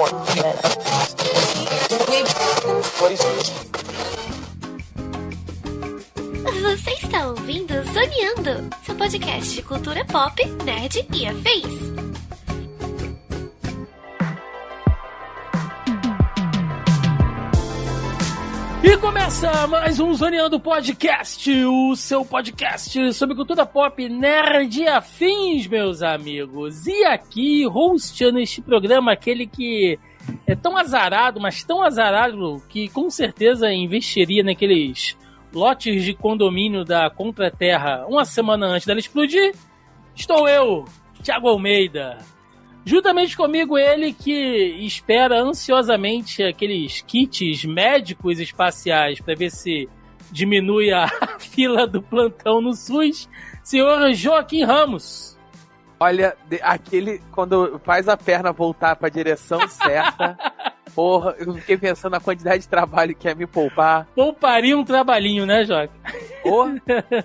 Você está ouvindo Zoneando, seu podcast de cultura pop, nerd e afins. E começa mais um Zoneando Podcast, o seu podcast sobre cultura pop, nerd e afins, meus amigos. E aqui, hosteando este programa, aquele que é tão azarado, mas tão azarado, que com certeza investiria naqueles lotes de condomínio da Contra-Terra uma semana antes dela explodir, estou eu, Thiago Almeida. Juntamente comigo ele que espera ansiosamente aqueles kits médicos espaciais para ver se diminui a fila do plantão no SUS, senhor Joaquim Ramos. Olha, aquele, quando faz a perna voltar para a direção certa, porra, eu fiquei pensando na quantidade de trabalho que ia me poupar. Pouparia um trabalhinho, né, Joaquim? Porra.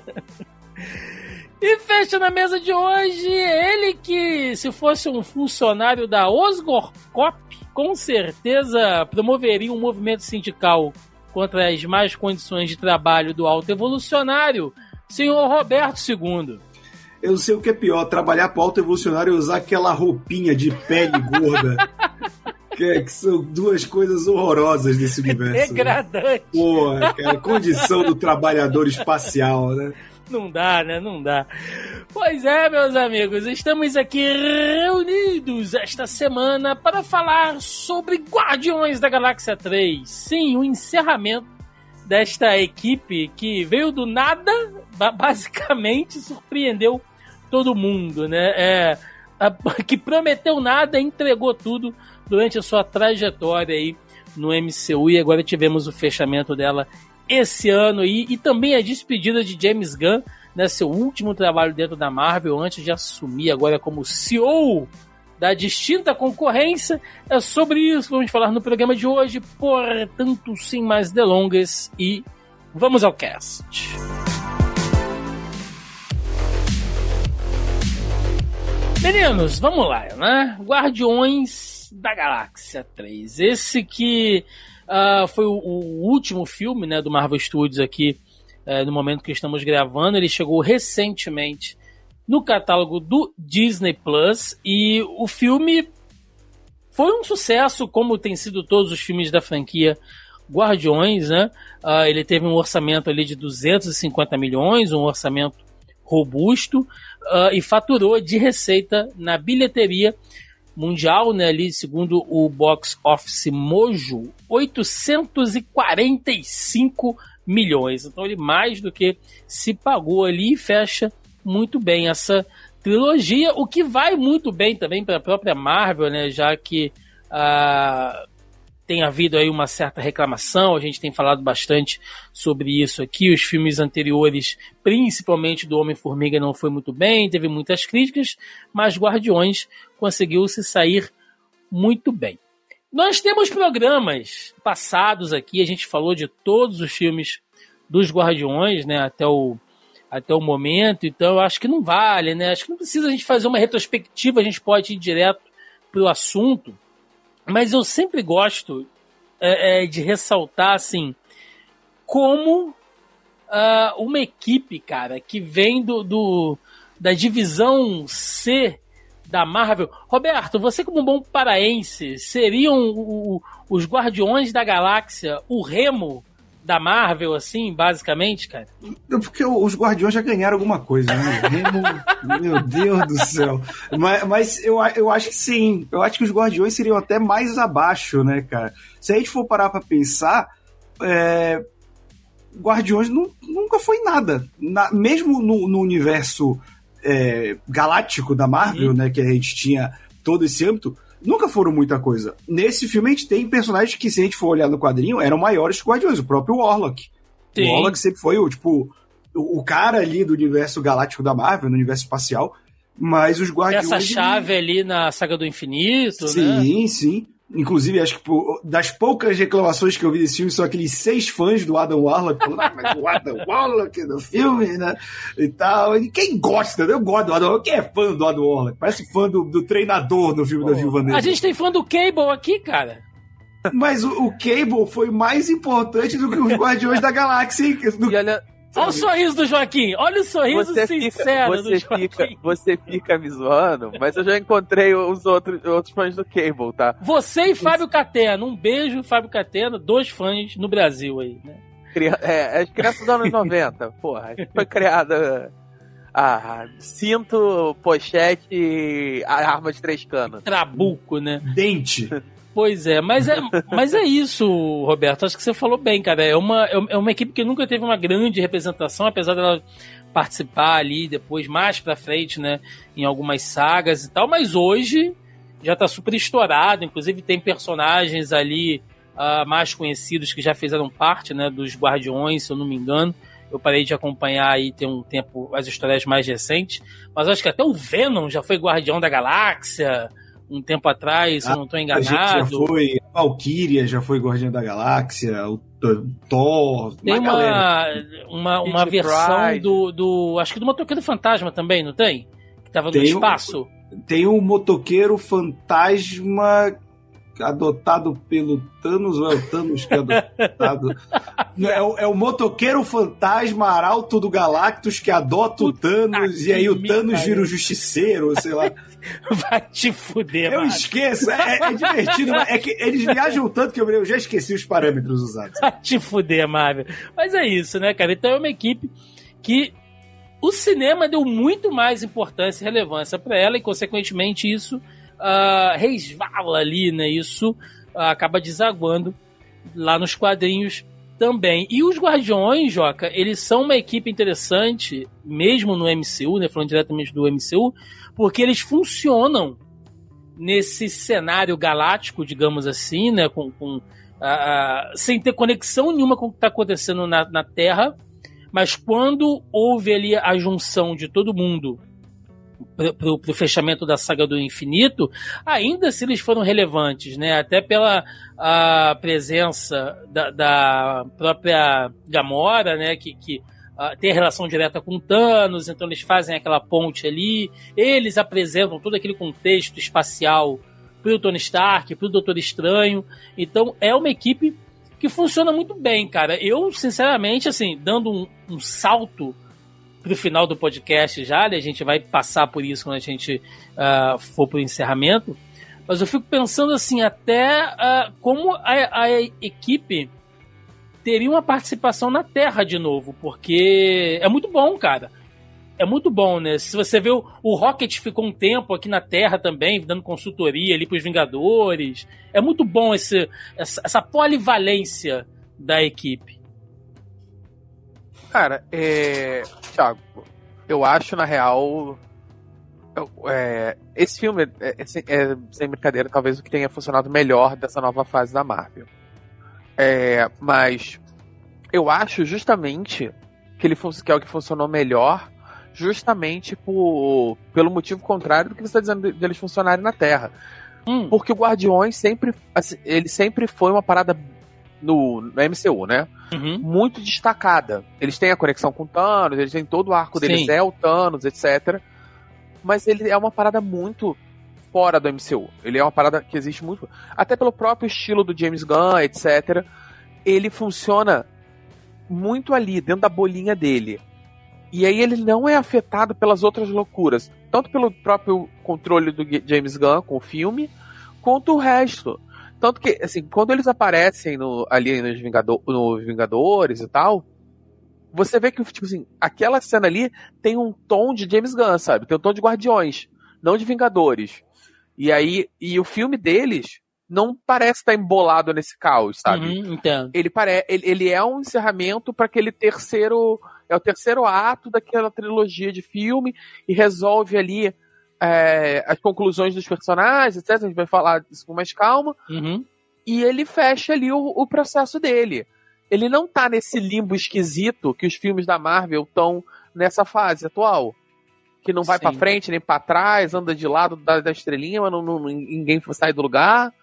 E fecha na mesa de hoje ele que, se fosse um funcionário da Osgorcop, com certeza promoveria um movimento sindical contra as más condições de trabalho do alto evolucionário, senhor Roberto II. Eu não sei o que é pior, trabalhar para o alto evolucionário e usar aquela roupinha de pele gorda. que são duas coisas horrorosas desse universo. Degradante. Né? Porra, cara, condição do trabalhador espacial, né? Não dá, né? Não dá. Pois é, meus amigos, estamos aqui reunidos esta semana para falar sobre Guardiões da Galáxia 3. Sim, o encerramento desta equipe que veio do nada, basicamente surpreendeu todo mundo, né? Que prometeu nada, entregou tudo durante a sua trajetória aí no MCU, e agora tivemos o fechamento dela esse ano aí, e também a despedida de James Gunn, né, seu último trabalho dentro da Marvel, antes de assumir agora como CEO da distinta concorrência. É sobre isso que vamos falar no programa de hoje, portanto, sem mais delongas, e vamos ao cast. Meninos, vamos lá, né? Guardiões da Galáxia 3. Esse que foi o último filme, né, do Marvel Studios aqui, no momento que estamos gravando. Ele chegou recentemente no catálogo do Disney Plus, e o filme foi um sucesso, como tem sido todos os filmes da franquia Guardiões, né? Ele teve um orçamento ali de 250 milhões, um orçamento robusto, e faturou de receita na bilheteria mundial, né, ali, segundo o Box Office Mojo, 845 milhões. Então ele mais do que se pagou ali, e fecha muito bem essa trilogia, o que vai muito bem também para a própria Marvel, né, já que tem havido aí uma certa reclamação. A gente tem falado bastante sobre isso aqui. Os filmes anteriores, principalmente do Homem-Formiga, não foi muito bem, teve muitas críticas, mas Guardiões conseguiu se sair muito bem. Nós temos programas passados aqui, a gente falou de todos os filmes dos Guardiões, né, até o momento, então eu acho que não vale, né, acho que não precisa a gente fazer uma retrospectiva, a gente pode ir direto para o assunto, mas eu sempre gosto de ressaltar, assim, como uma equipe, cara, que vem da divisão C da Marvel. Roberto, você como um bom paraense, seriam os Guardiões da Galáxia o Remo da Marvel, assim, basicamente, cara? Porque os Guardiões já ganharam alguma coisa, né? Remo, meu Deus do céu. Mas eu acho que sim. Eu acho que os Guardiões seriam até mais abaixo, né, cara? Se a gente for parar pra pensar, Guardiões nunca foi nada. Mesmo no universo galáctico da Marvel, né, que a gente tinha todo esse âmbito, nunca foram muita coisa. Nesse filme a gente tem personagens que, se a gente for olhar no quadrinho, eram maiores que os Guardiões. O próprio Warlock. Sim. O Warlock sempre foi o cara ali do universo galáctico da Marvel, no universo espacial, mas os Guardiões... Essa chave ali na Saga do Infinito, sim, né? Sim, sim. Inclusive, acho que das poucas reclamações que eu vi desse filme, são aqueles 6 fãs do Adam Warlock falando, mas o Adam Warlock do filme, né? E tal. E quem gosta, né? Eu gosto do Adam Warlock. Quem é fã do Adam Warlock? Parece fã do treinador no filme da Viúva Negra. A gente tem fã do Cable aqui, cara. Mas o Cable foi mais importante do que os Guardiões da Galáxia. E olha o sorriso do Joaquim. Olha o sorriso sincero do Joaquim. Você fica me zoando, mas eu já encontrei os outros fãs do Cable, tá? Você e Fábio Catena. Um beijo, Fábio Catena. 2 fãs no Brasil aí, né? As crianças dos anos 90. Porra, foi criada... cinto, pochete e arma de 3 canos. Trabuco, né? Dente. Pois é, mas é isso, Roberto. Acho que você falou bem, cara. É uma equipe que nunca teve uma grande representação, apesar dela participar ali depois, mais pra frente, né, em algumas sagas e tal, mas hoje já tá super estourado. Inclusive tem personagens ali mais conhecidos que já fizeram parte, né, dos Guardiões, se eu não me engano. Eu parei de acompanhar aí tem um tempo as histórias mais recentes, mas acho que até o Venom já foi Guardião da Galáxia um tempo atrás, se eu não estou enganado. Já foi, a Valkyria já foi Guardiã da Galáxia, o Thor. Tem uma versão do acho que do Motoqueiro Fantasma também, não tem? Que tava no espaço. Tem o Motoqueiro Fantasma adotado pelo Thanos, ou é o Thanos que é adotado? É o Motoqueiro Fantasma Arauto do Galactus que adota o Thanos, e aí o Thanos vira o Justiceiro, sei lá. Vai te fuder, Eu esqueço, é divertido, mas é que eles viajam tanto que eu já esqueci os parâmetros usados. Vai te fuder, Marvel. Mas é isso, né, cara? Então é uma equipe que o cinema deu muito mais importância e relevância para ela, e consequentemente isso resvala ali, né? Isso acaba desaguando lá nos quadrinhos também. E os Guardiões, Joca, eles são uma equipe interessante, mesmo no MCU, né? Falando diretamente do MCU, porque eles funcionam nesse cenário galáctico, digamos assim, né? Sem ter conexão nenhuma com o que está acontecendo na Terra, mas quando houve ali a junção de todo mundo pro fechamento da saga do infinito, ainda se eles foram relevantes, né? Até pela presença da própria Gamora, né? Que tem relação direta com Thanos, então eles fazem aquela ponte ali, eles apresentam todo aquele contexto espacial pro Tony Stark, pro Doutor Estranho. Então é uma equipe que funciona muito bem, cara. Eu, sinceramente, assim, dando um salto pro final do podcast já, né? A gente vai passar por isso quando a gente for pro encerramento, mas eu fico pensando assim, até como a equipe teria uma participação na Terra de novo, porque é muito bom, cara. É muito bom, né? Se você vê, o Rocket ficou um tempo aqui na Terra também, dando consultoria ali pros Vingadores. É muito bom essa polivalência da equipe. Cara, Thiago, eu acho, na real, esse filme sem brincadeira, talvez o que tenha funcionado melhor dessa nova fase da Marvel. Mas eu acho justamente que é o que funcionou melhor, justamente pelo motivo contrário do que você está dizendo deles funcionarem na Terra. Porque o Guardiões sempre foi uma parada no MCU, né? Uhum. Muito destacada. Eles têm a conexão com o Thanos, eles têm todo o arco deles, Sim. é o Thanos, etc. Mas ele é uma parada muito fora do MCU. Ele é uma parada que existe muito... Até pelo próprio estilo do James Gunn, etc. Ele funciona muito ali, dentro da bolinha dele. E aí ele não é afetado pelas outras loucuras. Tanto pelo próprio controle do James Gunn com o filme, quanto o resto. Tanto que, assim, quando eles aparecem ali nos Vingadores e tal, você vê que, tipo assim, aquela cena ali tem um tom de James Gunn, sabe? Tem um tom de Guardiões, não de Vingadores. E o filme deles não parece estar embolado nesse caos, sabe? Entendo. Ele é um encerramento para aquele terceiro... É o terceiro ato daquela trilogia de filme e resolve ali as conclusões dos personagens, etc. A gente vai falar disso com mais calma. Uhum. E ele fecha ali o processo dele. Ele não tá nesse limbo esquisito que os filmes da Marvel estão nessa fase atual. Que não vai Sim. pra frente nem pra trás, anda de lado da estrelinha, mas ninguém sai do lugar.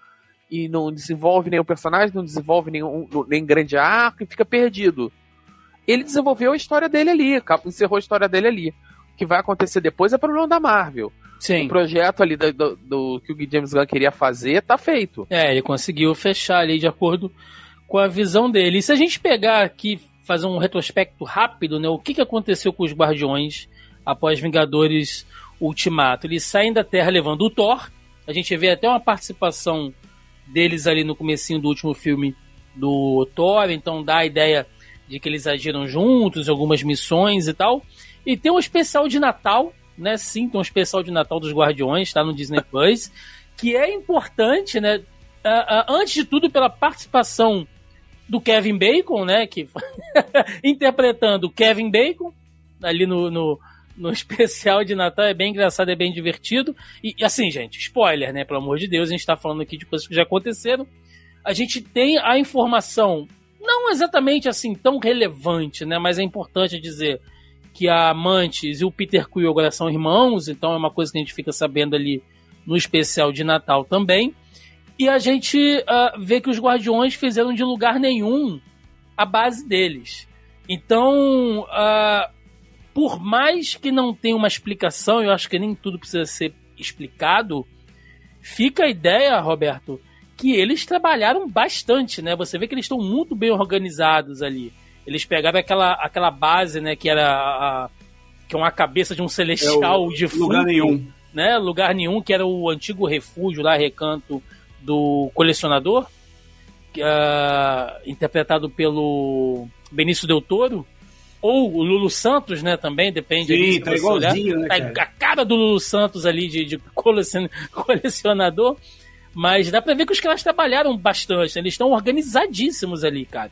e não desenvolve nenhum personagem, não desenvolve nem grande arco e fica perdido. Ele desenvolveu a história dele ali, encerrou a história dele ali. O que vai acontecer depois é problema da Marvel. Sim. O projeto ali do que o James Gunn queria fazer tá feito. Ele conseguiu fechar ali de acordo com a visão dele. E se a gente pegar aqui, fazer um retrospecto rápido, né? O que aconteceu com os Guardiões após Vingadores Ultimato? Eles saem da Terra levando o Thor. A gente vê até uma participação deles ali no comecinho do último filme do Thor. Então dá a ideia de que eles agiram juntos em algumas missões e tal. E tem um especial de Natal, né? Sim, tem um especial de Natal dos Guardiões, tá no Disney Plus, que é importante, né? Antes de tudo, pela participação do Kevin Bacon, né? Que interpretando Kevin Bacon ali no especial de Natal. É bem engraçado, é bem divertido. E assim, gente, spoiler, né? Pelo amor de Deus, a gente tá falando aqui de coisas que já aconteceram. A gente tem a informação, não exatamente assim tão relevante, né? Mas é importante dizer que a Mantis e o Peter Quill agora são irmãos, então é uma coisa que a gente fica sabendo ali no especial de Natal também. E a gente vê que os Guardiões fizeram de lugar nenhum a base deles. Então, por mais que não tenha uma explicação, eu acho que nem tudo precisa ser explicado, fica a ideia, Roberto, que eles trabalharam bastante, né? Você vê que eles estão muito bem organizados ali. Eles pegaram aquela base, né, que era que é uma cabeça de um celestial defunto. Lugar nenhum. Né? Lugar nenhum, que era o antigo refúgio lá, recanto do colecionador, interpretado pelo Benício Del Toro, ou o Lulu Santos, né, também, depende. Sim, ali, tá igualzinho, né, cara? A cara do Lulu Santos ali de colecionador, mas dá pra ver que os caras trabalharam bastante, né? Eles estão organizadíssimos ali, cara.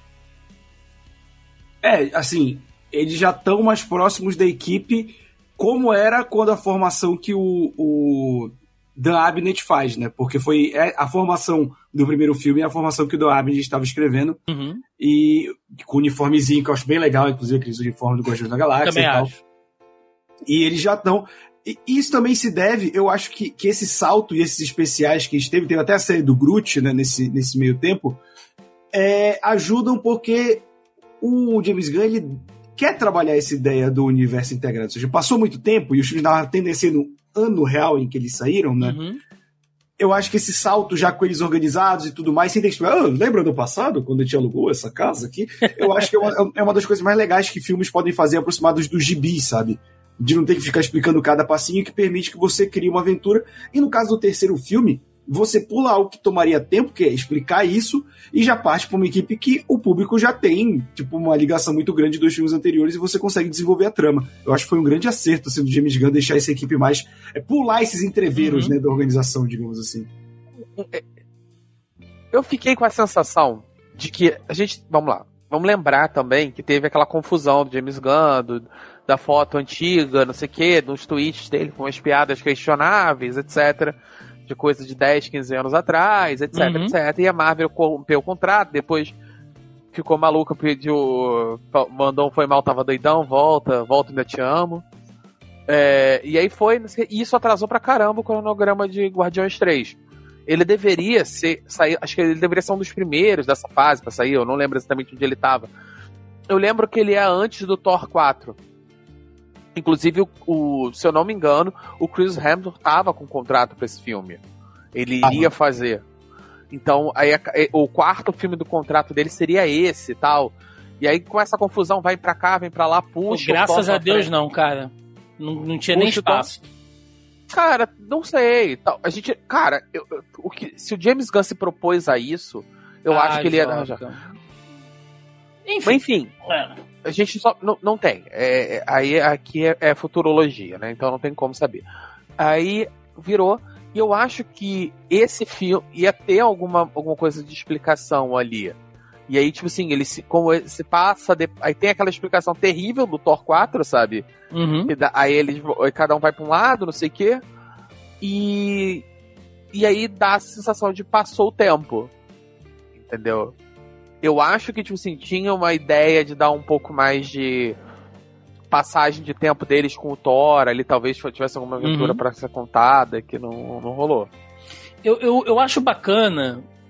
Assim, eles já estão mais próximos da equipe, como era quando a formação que o Dan Abnett faz, né? Porque foi a formação do primeiro filme e a formação que o Dan Abnett estava escrevendo. Uhum. E com o uniformezinho, que eu acho bem legal, inclusive aqueles uniformes do Guardiões da Galáxia. Também e tal. acho. E eles já estão... E isso também se deve, eu acho que esse salto e esses especiais que a gente teve até a série do Groot, né, nesse meio tempo, ajudam porque o James Gunn, ele quer trabalhar essa ideia do universo integrado. Ou seja, passou muito tempo e os filmes estavam tendendo no ano real em que eles saíram, né? Uhum. Eu acho que esse salto já com eles organizados e tudo mais, sem ter que explicar, lembra do passado, quando a gente alugou essa casa aqui? Eu acho que é uma das coisas mais legais que filmes podem fazer aproximados dos gibis, sabe? De não ter que ficar explicando cada passinho, que permite que você crie uma aventura. E no caso do terceiro filme, você pula algo que tomaria tempo, que é explicar isso, e já parte para uma equipe que o público já tem, tipo, uma ligação muito grande dos filmes anteriores, e você consegue desenvolver a trama. Eu acho que foi um grande acerto, assim, do James Gunn deixar essa equipe mais... pular esses entreveros, né, da organização, digamos assim. Eu fiquei com a sensação de que a gente... Vamos lá. Vamos lembrar também que teve aquela confusão do James Gunn, da foto antiga, não sei o quê, dos tweets dele com as piadas questionáveis, etc., de coisa de 10, 15 anos atrás, etc, etc. E a Marvel rompeu o contrato, depois ficou maluca, mandou um foi mal, tava doidão, volta, ainda te amo. E aí foi, e isso atrasou pra caramba o cronograma de Guardiões 3. Ele deveria sair, acho que ele deveria ser um dos primeiros dessa fase pra sair, eu não lembro exatamente onde ele tava. Eu lembro que ele é antes do Thor 4. Inclusive, se eu não me engano, o Chris Hemsworth tava com contrato pra esse filme. Ele iria fazer. Então, aí o quarto filme do contrato dele seria esse e tal. E aí, com essa confusão, vai pra cá, vem pra lá, puxa. Graças a Deus, não, cara. Não tinha nem espaço. Cara, não sei. A gente, cara, se o James Gunn se propôs a isso, eu acho que ele ia arranjar. Enfim. A gente só não tem. Aí aqui é futurologia, né? Então não tem como saber. Aí virou. E eu acho que esse filme ia ter alguma coisa de explicação ali. E aí, tipo assim, ele se passa. Aí tem aquela explicação terrível do Thor 4, sabe? Uhum. Aí cada um vai pra um lado, não sei o quê. E aí dá a sensação de passou o tempo. Entendeu? Eu acho que, tipo assim, tinha uma ideia de dar um pouco mais de passagem de tempo deles com o Thor, ali talvez tivesse alguma aventura pra ser contada, que não rolou. Eu acho bacana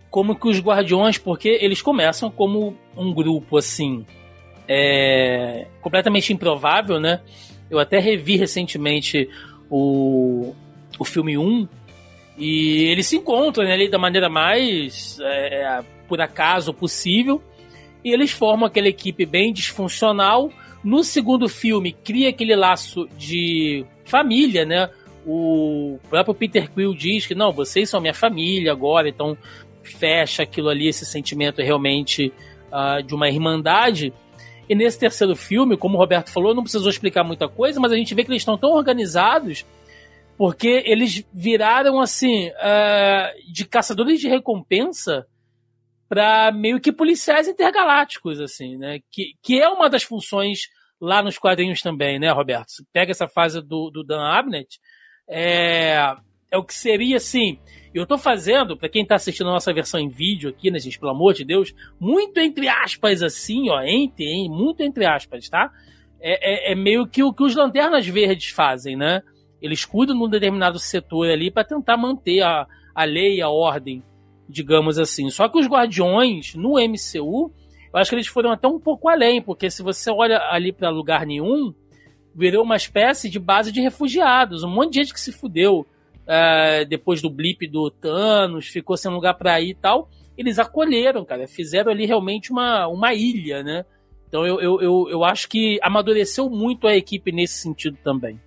como que os Guardiões, porque eles começam como um grupo, assim, completamente improvável, né? Eu até revi recentemente o filme 1, e eles se encontram, né, ali da maneira mais por acaso possível, e eles formam aquela equipe bem disfuncional. No segundo filme, cria aquele laço de família, né? O próprio Peter Quill diz que, não, vocês são minha família agora, então fecha aquilo ali, esse sentimento realmente de uma irmandade. E nesse terceiro filme, como o Roberto falou, não precisou explicar muita coisa, mas a gente vê que eles estão tão organizados porque eles viraram, assim, de caçadores de recompensa para meio que policiais intergalácticos, assim, né? Que é uma das funções lá nos quadrinhos também, né, Roberto? Você pega essa fase do Dan Abnett, é o que seria, assim... Eu tô fazendo, para quem tá assistindo a nossa versão em vídeo aqui, né, gente, pelo amor de Deus, muito entre aspas, assim, ó, muito entre aspas, tá? É meio que o que os Lanternas Verdes fazem, né? Eles cuidam de um determinado setor ali para tentar manter a lei e a ordem, digamos assim. Só que os Guardiões, no MCU, eu acho que eles foram até um pouco além, porque se você olha ali para lugar nenhum, virou uma espécie de base de refugiados. Um monte de gente que se fudeu depois do blip do Thanos, ficou sem lugar para ir e tal. Eles acolheram, cara, fizeram ali realmente uma ilha, né? Então eu acho que amadureceu muito a equipe nesse sentido também.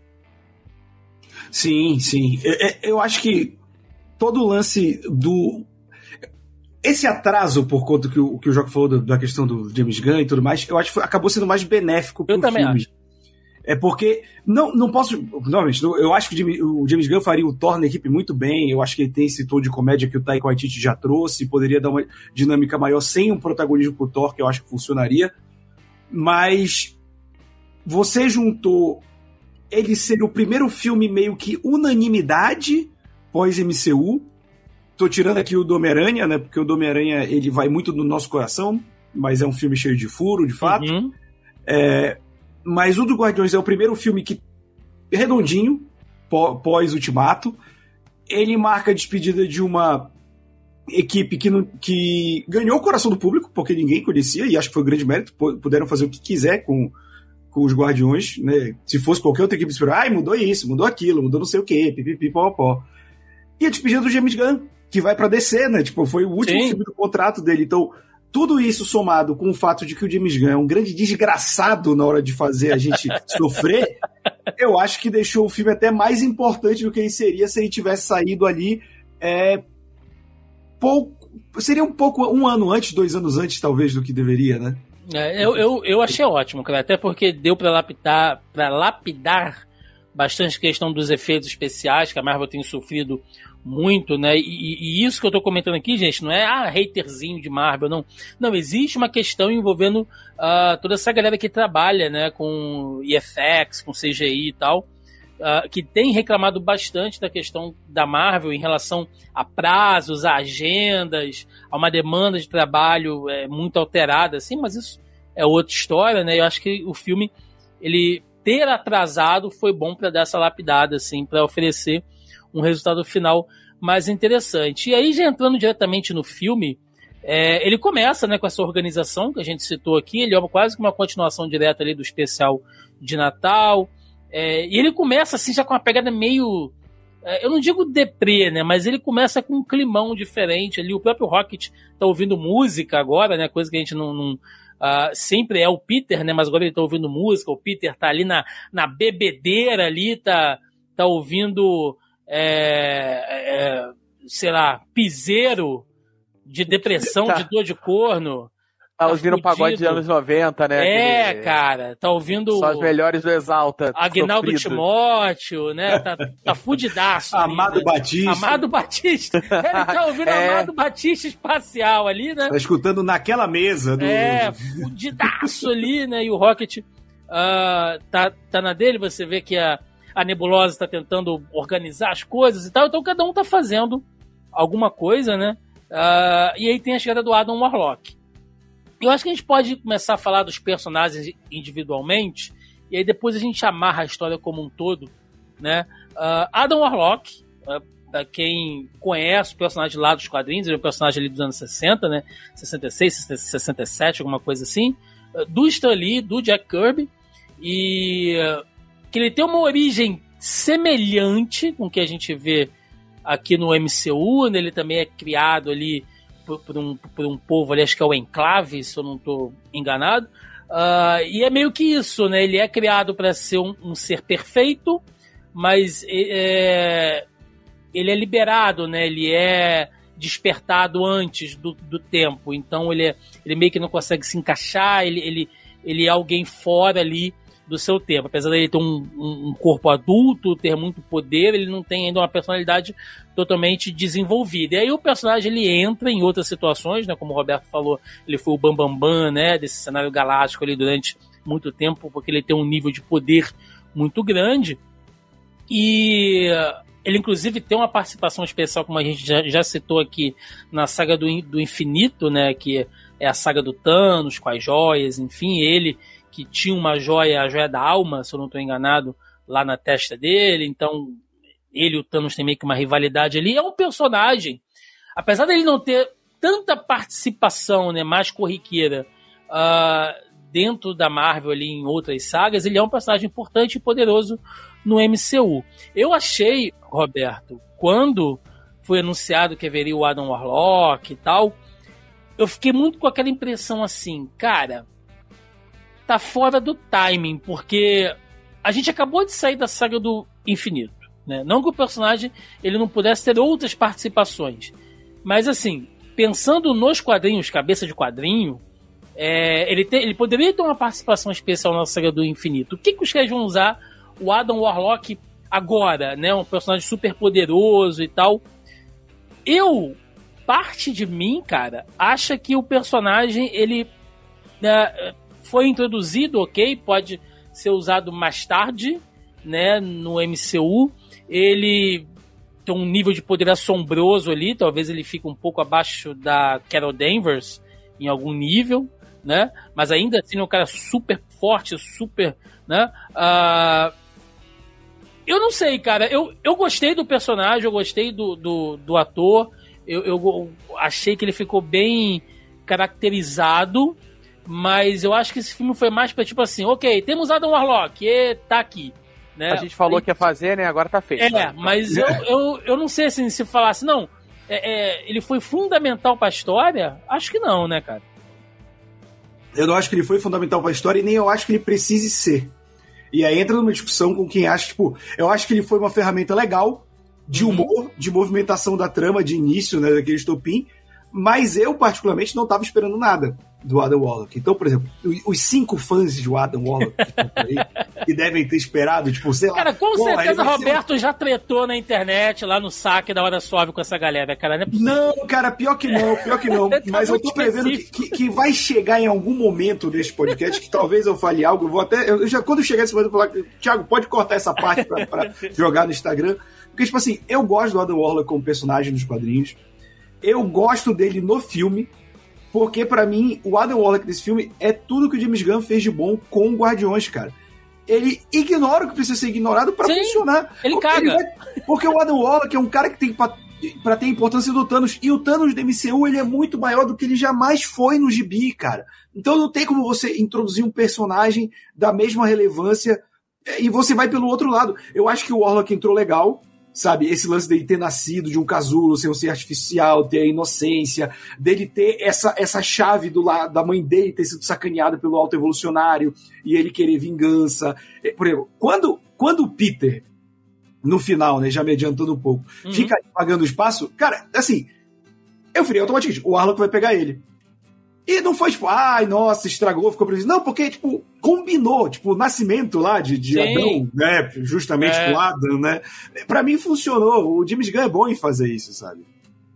Sim, sim. Eu acho que todo o lance do... Esse atraso, por conta que o Joco falou da questão do James Gunn e tudo mais, eu acho que acabou sendo mais benéfico pro filme. Acho. É porque, não posso... Novamente, eu acho que o James Gunn faria o Thor na equipe muito bem, eu acho que ele tem esse tom de comédia que o Taika Waititi já trouxe, poderia dar uma dinâmica maior sem um protagonismo pro Thor, que eu acho que funcionaria. Mas você juntou ele ser o primeiro filme meio que unanimidade pós-MCU. Tô tirando aqui o do Homem-Aranha, né? Porque o do Homem-Aranha, ele vai muito no nosso coração, mas é um filme cheio de furo, de fato. Uhum. Mas o do Guardiões é o primeiro filme que redondinho, pós-Ultimato. Ele marca a despedida de uma equipe que ganhou o coração do público, porque ninguém conhecia, e acho que foi um grande mérito. Puderam fazer o que quiser com os Guardiões, né? Se fosse qualquer outra equipe, mudou isso, mudou aquilo, mudou não sei o quê, pipipi, pó. E a despedida do James Gunn, que vai pra DC, né? Tipo, foi o último filme do contrato dele. Então, tudo isso somado com o fato de que o James Gunn é um grande desgraçado na hora de fazer a gente sofrer, eu acho que deixou o filme até mais importante do que ele seria se ele tivesse saído ali seria um ano antes, 2 anos antes, talvez, do que deveria, né? Eu achei ótimo, cara, até porque deu pra lapidar bastante questão dos efeitos especiais, que a Marvel tem sofrido muito, né? E isso que eu tô comentando aqui, gente, não é haterzinho de Marvel, não. Não, existe uma questão envolvendo toda essa galera que trabalha, né, com EFX, com CGI e tal, que tem reclamado bastante da questão da Marvel em relação a prazos, a agendas, a uma demanda de trabalho muito alterada, assim, mas isso é outra história, né? Eu acho que o filme, ele ter atrasado foi bom para dar essa lapidada, assim, para oferecer um resultado final mais interessante. E aí, já entrando diretamente no filme, ele começa, né, com essa organização que a gente citou aqui, ele é quase que uma continuação direta ali do especial de Natal, e ele começa assim já com uma pegada meio, eu não digo deprê, né, mas ele começa com um climão diferente ali. O próprio Rocket tá ouvindo música agora, né, coisa que a gente não sempre é o Peter, né, mas agora ele tá ouvindo música. O Peter tá ali na bebedeira ali, tá ouvindo sei lá, piseiro de depressão, de dor de corno. Tá ouvindo o pagode de anos 90, né? Cara, tá ouvindo... Só os melhores do Exalta. Aguinaldo Timóteo, né? Tá fudidaço. Amado ali, né? Batista. Amado Batista. Ele tá ouvindo Amado Batista espacial ali, né? Tá escutando naquela mesa. Fudidaço ali, né? E o Rocket tá na dele. Você vê que a Nebulosa tá tentando organizar as coisas e tal. Então cada um tá fazendo alguma coisa, né? E aí tem a chegada do Adam Warlock. Eu acho que a gente pode começar a falar dos personagens individualmente, e aí depois a gente amarra a história como um todo, né? Adam Warlock, Pra quem conhece o personagem lá dos quadrinhos, ele é um personagem ali dos anos 60, né? 66, 67, alguma coisa assim. Do Stan Lee, do Jack Kirby. E que ele tem uma origem semelhante com o que a gente vê aqui no MCU, né? Ele também é criado ali por um povo ali, acho que é o Enclave, se eu não estou enganado. E é meio que isso, né? Ele é criado para ser um ser perfeito, mas ele é liberado, né? Ele é despertado antes do tempo. Então ele meio que não consegue se encaixar, ele é alguém fora ali do seu tempo. Apesar dele ter um corpo adulto, ter muito poder, ele não tem ainda uma personalidade totalmente desenvolvida. E aí o personagem ele entra em outras situações, né? Como o Roberto falou, ele foi o bambambam, né? Desse cenário galáctico ali durante muito tempo, porque ele tem um nível de poder muito grande. E ele, inclusive, tem uma participação especial, como a gente já citou aqui, na saga do Infinito, né? Que é a saga do Thanos, com as joias, enfim, ele que tinha uma joia, a joia da alma, se eu não estou enganado, lá na testa dele. Então, ele e o Thanos têm meio que uma rivalidade ali. É um personagem, apesar dele não ter tanta participação, né, mais corriqueira dentro da Marvel ali em outras sagas, ele é um personagem importante e poderoso no MCU. Eu achei, Roberto, quando foi anunciado que haveria o Adam Warlock e tal, eu fiquei muito com aquela impressão assim, cara, tá fora do timing, porque a gente acabou de sair da saga do Infinito, né? Não que o personagem ele não pudesse ter outras participações, mas assim, pensando nos quadrinhos, cabeça de quadrinho, ele poderia ter uma participação especial na saga do Infinito. O que os caras vão usar o Adam Warlock agora, né? Um personagem super poderoso e tal. Parte de mim, cara, acha que o personagem, ele foi introduzido, ok, pode ser usado mais tarde, né, no MCU. Ele tem um nível de poder assombroso ali, talvez ele fique um pouco abaixo da Carol Danvers em algum nível, né, mas ainda assim é um cara super forte, super, né, eu não sei, cara, eu gostei do personagem, eu gostei do ator, eu achei que ele ficou bem caracterizado, mas eu acho que esse filme foi mais pra tipo assim, ok, temos Adam Warlock, e tá aqui, né? A gente falou que ia fazer, né? Agora tá feito. Né? Mas eu não sei assim, se falasse, não, ele foi fundamental pra história? Acho que não, né, cara? Eu não acho que ele foi fundamental pra história e nem eu acho que ele precise ser. E aí entra numa discussão com quem acha, tipo, eu acho que ele foi uma ferramenta legal de humor, de movimentação da trama, de início, né, daquele estopim, mas eu, particularmente, não estava esperando nada do Adam Warlock. Então, por exemplo, os 5 fãs de Adam Warlock que devem ter esperado, tipo, sei lá... Cara, com certeza Roberto já tretou na internet, lá no saque da Hora Suave com essa galera, cara. Não, cara, pior que não. Mas eu tô prevendo que vai chegar em algum momento desse podcast que talvez eu fale algo, quando eu chegar nesse momento, eu vou falar, Thiago, pode cortar essa parte pra jogar no Instagram. Porque, tipo assim, eu gosto do Adam Warlock como personagem nos quadrinhos. Eu gosto dele no filme, porque pra mim, o Adam Warlock desse filme é tudo que o James Gunn fez de bom com o Guardiões, cara. Ele ignora o que precisa ser ignorado pra funcionar. Ele caga. Porque o Adam Warlock é um cara que tem pra ter importância do Thanos, e o Thanos do MCU, ele é muito maior do que ele jamais foi no gibi, cara. Então não tem como você introduzir um personagem da mesma relevância e você vai pelo outro lado. Eu acho que o Warlock entrou legal, sabe, esse lance dele ter nascido de um casulo, ser um ser artificial, ter a inocência, dele ter essa chave da mãe dele ter sido sacaneada pelo autoevolucionário e ele querer vingança. Por exemplo, quando o Peter, no final, né, já me adiantando um pouco, fica pagando espaço, cara, assim, eu falei automaticamente, o Warlock vai pegar ele. E não foi tipo, ai, nossa, estragou, ficou preciso. Não, porque, tipo, combinou, tipo, o nascimento lá de Adão, né, justamente com Adam, né, pra mim funcionou. O James Gunn é bom em fazer isso, sabe?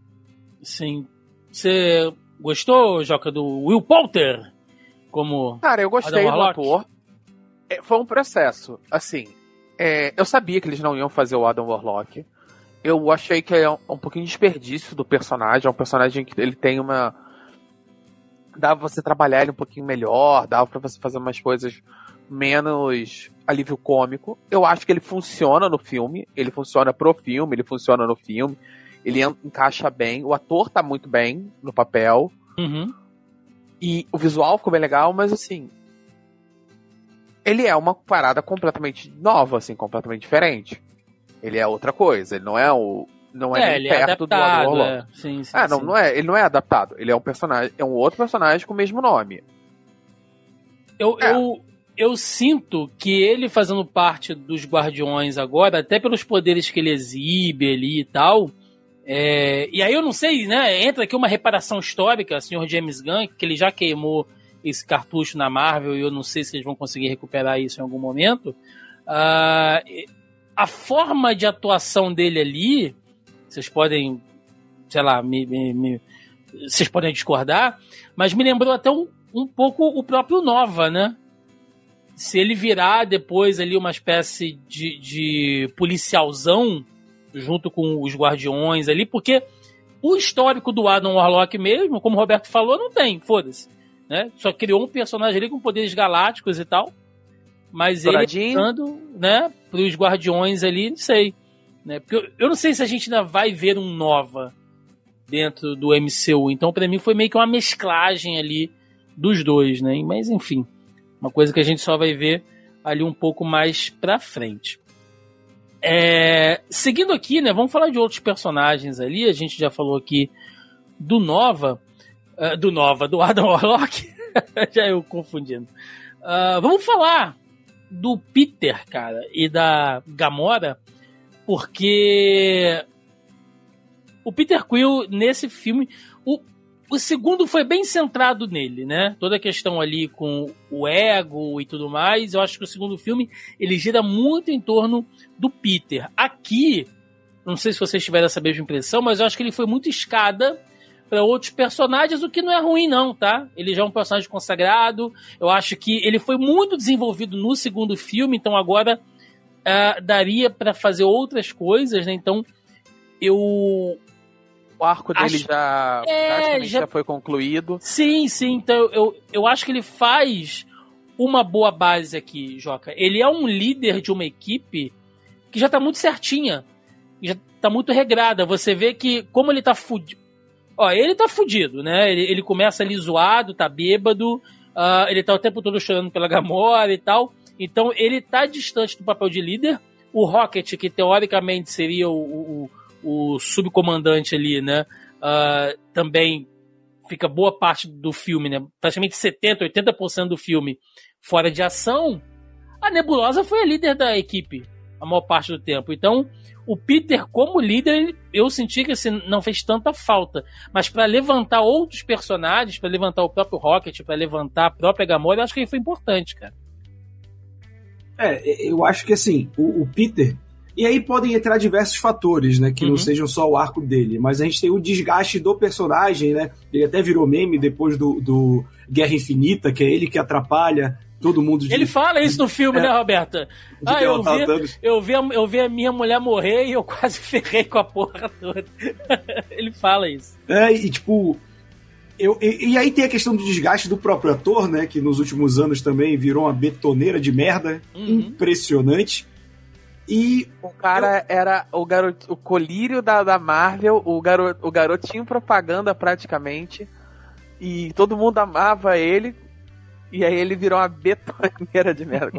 Sim. Você gostou, Joca, do Will Poulter como Cara, eu gostei do ator. Foi um processo, assim, eu sabia que eles não iam fazer o Adam Warlock. Eu achei que é um pouquinho de desperdício do personagem. É um personagem que ele tem uma... Dava pra você trabalhar ele um pouquinho melhor, dava pra você fazer umas coisas menos alívio cômico. Eu acho que ele funciona no filme, ele funciona pro filme, ele funciona no filme. Ele encaixa bem, o ator tá muito bem no papel. Uhum. E o visual ficou bem legal, mas assim... Ele é uma parada completamente nova, assim, completamente diferente. Ele é outra coisa, ele não é o... Não é nem ele perto é adaptado, do Orlando. Sim, Não, sim. não é, ele não é adaptado. Ele é um personagem, é um outro personagem com o mesmo nome. Eu sinto que ele fazendo parte dos Guardiões agora, até pelos poderes que ele exibe ali e tal... e aí eu não sei, né? Entra aqui uma reparação histórica, senhor James Gunn, que ele já queimou esse cartucho na Marvel e eu não sei se eles vão conseguir recuperar isso em algum momento. A forma de atuação dele ali, vocês podem, sei lá, vocês podem discordar, mas me lembrou até um pouco o próprio Nova, né? Se ele virar depois ali uma espécie de policialzão junto com os Guardiões ali, porque o histórico do Adam Warlock mesmo, como o Roberto falou, não tem, foda-se, né? Só criou um personagem ali com poderes galácticos e tal, mas Douradinho. Ele entrando, né, pros Guardiões ali, não sei, né? Porque eu não sei se a gente ainda vai ver um Nova dentro do MCU, então pra mim foi meio que uma mesclagem ali dos dois, né? Mas enfim, uma coisa que a gente só vai ver ali um pouco mais pra frente. Seguindo aqui, né, vamos falar de outros personagens ali. A gente já falou aqui do do Adam Warlock. Já eu confundindo. Vamos falar do Peter, cara, e da Gamora, porque o Peter Quill nesse filme, o segundo foi bem centrado nele, né? Toda a questão ali com o ego e tudo mais. Eu acho que o segundo filme, ele gira muito em torno do Peter. Aqui, não sei se vocês tiveram essa mesma impressão, mas eu acho que ele foi muito escada para outros personagens, o que não é ruim não, tá? Ele já é um personagem consagrado. Eu acho que ele foi muito desenvolvido no segundo filme, então agora daria para fazer outras coisas, né? Então, o arco dele já foi concluído. Sim. Então eu acho que ele faz uma boa base aqui, Joca. Ele é um líder de uma equipe que já tá muito certinha. Já tá muito regrada. Você vê que como ele tá fudido. Ele tá fudido, né? Ele começa ali zoado, tá bêbado. Ele tá o tempo todo chorando pela Gamora e tal. Então ele tá distante do papel de líder. O Rocket, que teoricamente seria o subcomandante ali, né? Também fica boa parte do filme, né? Praticamente 70%, 80% do filme fora de ação. A Nebulosa foi a líder da equipe a maior parte do tempo. Então, o Peter, como líder, eu senti que assim, não fez tanta falta. Mas para levantar outros personagens, para levantar o próprio Rocket, para levantar a própria Gamora, eu acho que ele foi importante, cara. Eu acho que assim, o Peter. E aí podem entrar diversos fatores, né? Que não sejam só o arco dele. Mas a gente tem o desgaste do personagem, né? Ele até virou meme depois do Guerra Infinita, que é ele que atrapalha todo mundo. Ele fala isso no filme, né, Roberta? Eu vi a minha mulher morrer e eu quase ferrei com a porra toda. Ele fala isso. E aí tem a questão do desgaste do próprio ator, né? Que nos últimos anos também virou uma betoneira de merda. Impressionante. E o cara era o colírio da Marvel, o garotinho propaganda praticamente, e todo mundo amava ele, e aí ele virou uma betoneira de merda.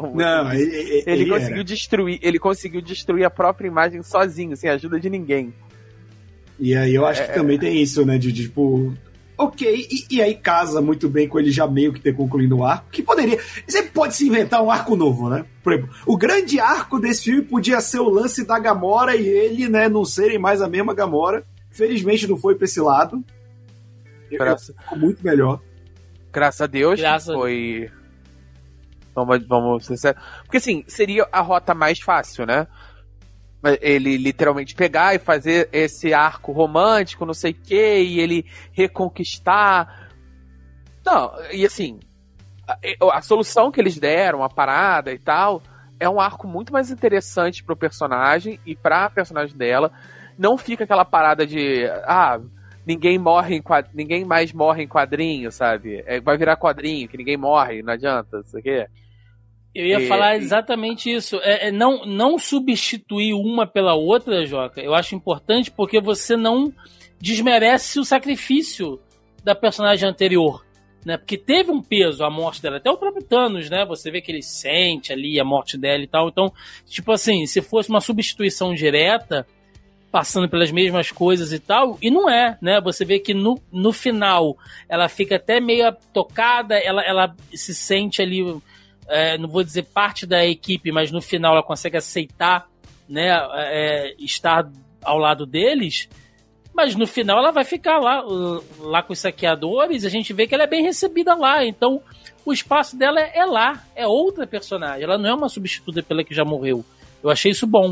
Ele conseguiu destruir a própria imagem sozinho, sem ajuda de ninguém. E aí eu acho que também tem isso, né, de tipo... Ok, e aí casa muito bem com ele já meio que ter concluído o arco, que poderia... Sempre pode se inventar um arco novo, né? Por exemplo, o grande arco desse filme podia ser o lance da Gamora e ele, né, não serem mais a mesma Gamora. Felizmente não foi pra esse lado. Ficou muito melhor. Graças a Deus foi... Vamos ser sérios. Porque assim, seria a rota mais fácil, né? Ele literalmente pegar e fazer esse arco romântico, não sei o que, e ele reconquistar. Não, e assim, a solução que eles deram, a parada e tal, é um arco muito mais interessante pro personagem e pra personagem dela. Não fica aquela parada de ninguém mais morre em quadrinho, sabe? Vai virar quadrinho, que ninguém morre, não adianta, isso aqui. Eu ia falar exatamente isso. Não substituir uma pela outra, Joca, eu acho importante porque você não desmerece o sacrifício da personagem anterior, né? Porque teve um peso a morte dela, até o próprio Thanos, né? Você vê que ele sente ali a morte dela e tal. Então, tipo assim, se fosse uma substituição direta, passando pelas mesmas coisas e tal, e não é, né? Você vê que no final ela fica até meio tocada, ela se sente ali, não vou dizer parte da equipe, mas no final ela consegue aceitar, né, estar ao lado deles. Mas no final ela vai ficar lá com os saqueadores, a gente vê que ela é bem recebida lá, então o espaço dela é lá, é outra personagem, ela não é uma substituta pela que já morreu. Eu achei isso bom,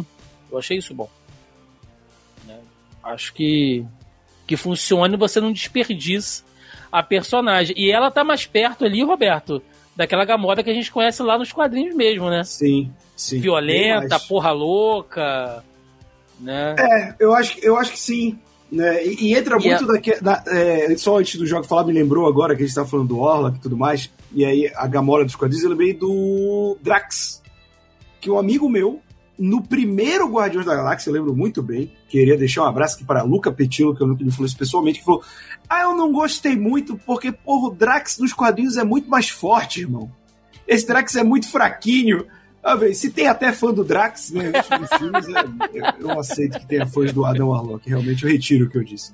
né? Acho que funciona e você não desperdiça a personagem. E ela tá mais perto ali, Roberto, daquela Gamora que a gente conhece lá nos quadrinhos mesmo, né? Sim. Violenta, porra louca, né? Eu acho que sim. Né? E entra muito só antes do jogo falar, me lembrou agora que a gente tava falando do Orlok e tudo mais, e aí a Gamora dos quadrinhos, eu lembrei do Drax, que um amigo meu, no primeiro Guardiões da Galáxia, eu lembro muito bem, queria deixar um abraço aqui para Luca Petillo, que eu nunca me falou isso pessoalmente, que falou, eu não gostei muito, porque, porra, o Drax nos quadrinhos é muito mais forte, irmão. Esse Drax é muito fraquinho. Se tem até fã do Drax, né, nos filmes, eu aceito que tenha fãs do Adam Warlock. Realmente eu retiro o que eu disse.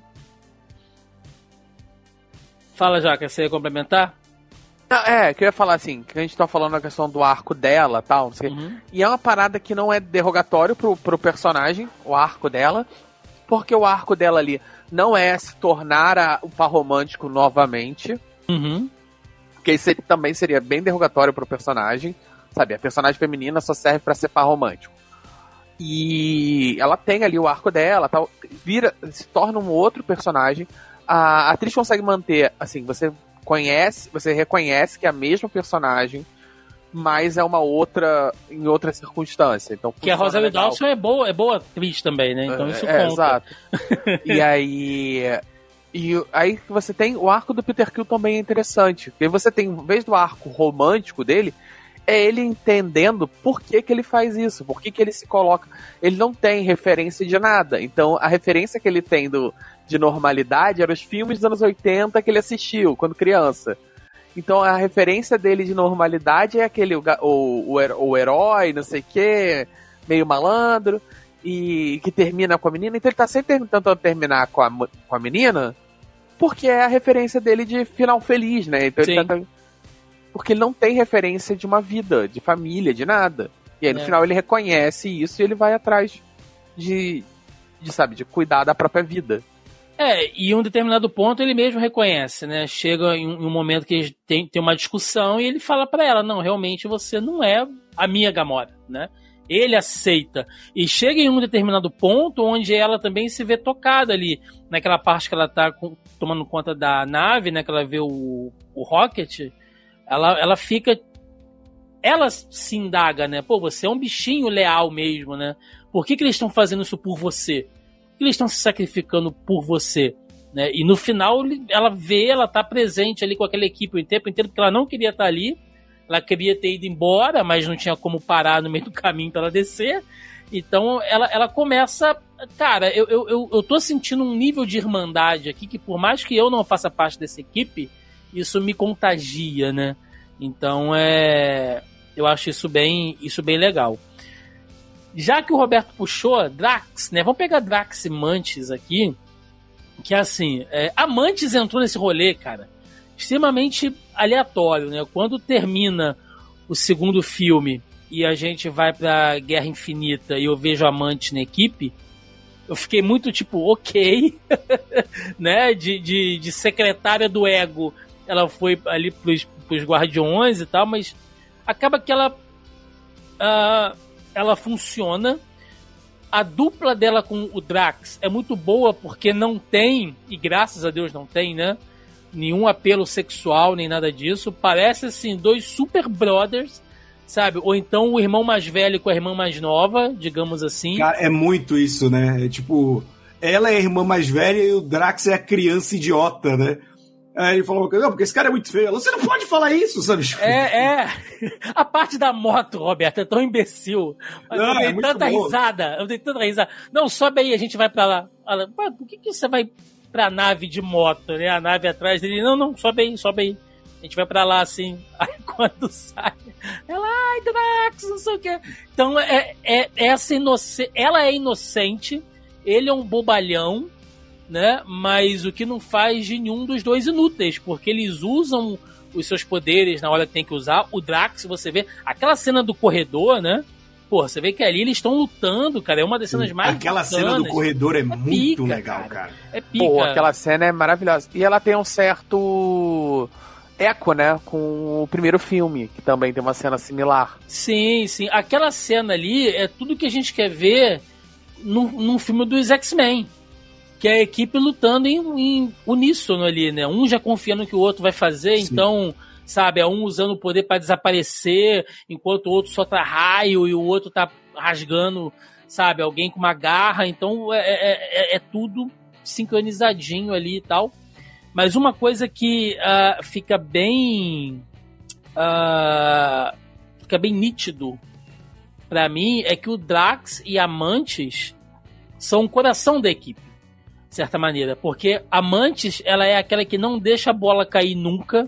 Fala, Jaca, você ia complementar? Que eu ia falar assim, que a gente tá falando na questão do arco dela e tal, não sei. E é uma parada que não é derrogatório pro personagem, o arco dela, porque o arco dela ali não é se tornar o par romântico novamente, porque isso também seria bem derrogatório pro personagem. Sabe, a personagem feminina só serve pra ser par romântico. E ela tem ali o arco dela, tal, se torna um outro personagem. A atriz consegue manter, assim, você reconhece que é a mesma personagem, mas é uma outra, em outra circunstância. Então, que a Rosario Dawson é boa atriz também, né? Então isso conta. Exato. E aí você tem o arco do Peter Quill também é interessante. Porque você tem, em vez do arco romântico dele, é ele entendendo por que ele faz isso, por que ele se coloca. Ele não tem referência de nada. Então, a referência que ele tem de normalidade eram os filmes dos anos 80 que ele assistiu quando criança. Então, a referência dele de normalidade é aquele, o herói, não sei o quê, meio malandro, e que termina com a menina. Então, ele tá sempre tentando terminar com a menina, porque é a referência dele de final feliz, né? Então, ele tenta... Porque ele não tem referência de uma vida, de família, de nada. E aí, no final, ele reconhece isso e ele vai atrás de cuidar da própria vida. E em um determinado ponto ele mesmo reconhece, né? Chega em um momento que tem uma discussão e ele fala pra ela, não, realmente você não é a minha Gamora, né? Ele aceita. E chega em um determinado ponto onde ela também se vê tocada ali, naquela parte que ela tá tomando conta da nave, né? Que ela vê o Rocket. Ela fica... Ela se indaga, né? Pô, você é um bichinho leal mesmo, né? Por que eles estão fazendo isso por você? Por que eles estão se sacrificando por você? Né? E no final, ela tá presente ali com aquela equipe o tempo inteiro, porque ela não queria estar ali. Ela queria ter ido embora, mas não tinha como parar no meio do caminho para ela descer. Então, ela começa... Cara, eu tô sentindo um nível de irmandade aqui que, por mais que eu não faça parte dessa equipe, isso me contagia, né? Então, eu acho isso bem legal. Já que o Roberto puxou Drax, né? Vamos pegar Drax e Mantis aqui, que é assim, a Mantis entrou nesse rolê, cara, extremamente aleatório, né? Quando termina o segundo filme e a gente vai pra Guerra Infinita e eu vejo a Mantis na equipe, eu fiquei muito tipo, ok, né? De secretária do ego, ela foi ali pros Guardiões e tal, mas acaba que ela funciona. A dupla dela com o Drax é muito boa porque não tem, e graças a Deus não tem, né? Nenhum apelo sexual, nem nada disso. Parece, assim, dois super brothers, sabe? Ou então o irmão mais velho com a irmã mais nova, digamos assim. Cara, é muito isso, né? É tipo, ela é a irmã mais velha e o Drax é a criança idiota, né? Aí ele falou uma coisa, não, porque esse cara é muito feio. Você não pode falar isso, sabe? A parte da moto, Roberto, é tão imbecil. Mas Não, eu dei é muito tanta bom. risada. Não, sobe aí, a gente vai pra lá. Fala, pô, por que você vai pra nave de moto, né? A nave atrás dele. Não, sobe aí. A gente vai pra lá, assim. Aí quando sai, ela, ai, Drax, não sei o que. Então, ela é inocente, ele é um bobalhão, né? Mas o que não faz de nenhum dos dois inúteis, porque eles usam os seus poderes na hora que tem que usar. O Drax, você vê, aquela cena do corredor, né? Pô, você vê que ali eles estão lutando, cara. É uma das cenas mais Aquela bacanas. cena do corredor é muito pica, legal, cara. É pica. Pô, aquela cena é maravilhosa. E ela tem um certo eco, né, com o primeiro filme, que também tem uma cena similar. Sim. Aquela cena ali é tudo que a gente quer ver num filme dos X-Men. Que é a equipe lutando em uníssono ali, né? Um já confia no que o outro vai fazer, Sim. então, sabe, é um usando o poder para desaparecer, enquanto o outro solta raio e o outro tá rasgando, sabe, alguém com uma garra. Então é tudo sincronizadinho ali e tal. Mas uma coisa que fica bem nítido pra mim é que o Drax e a Mantis são o coração da equipe, de certa maneira, porque a Mantis, ela é aquela que não deixa a bola cair nunca,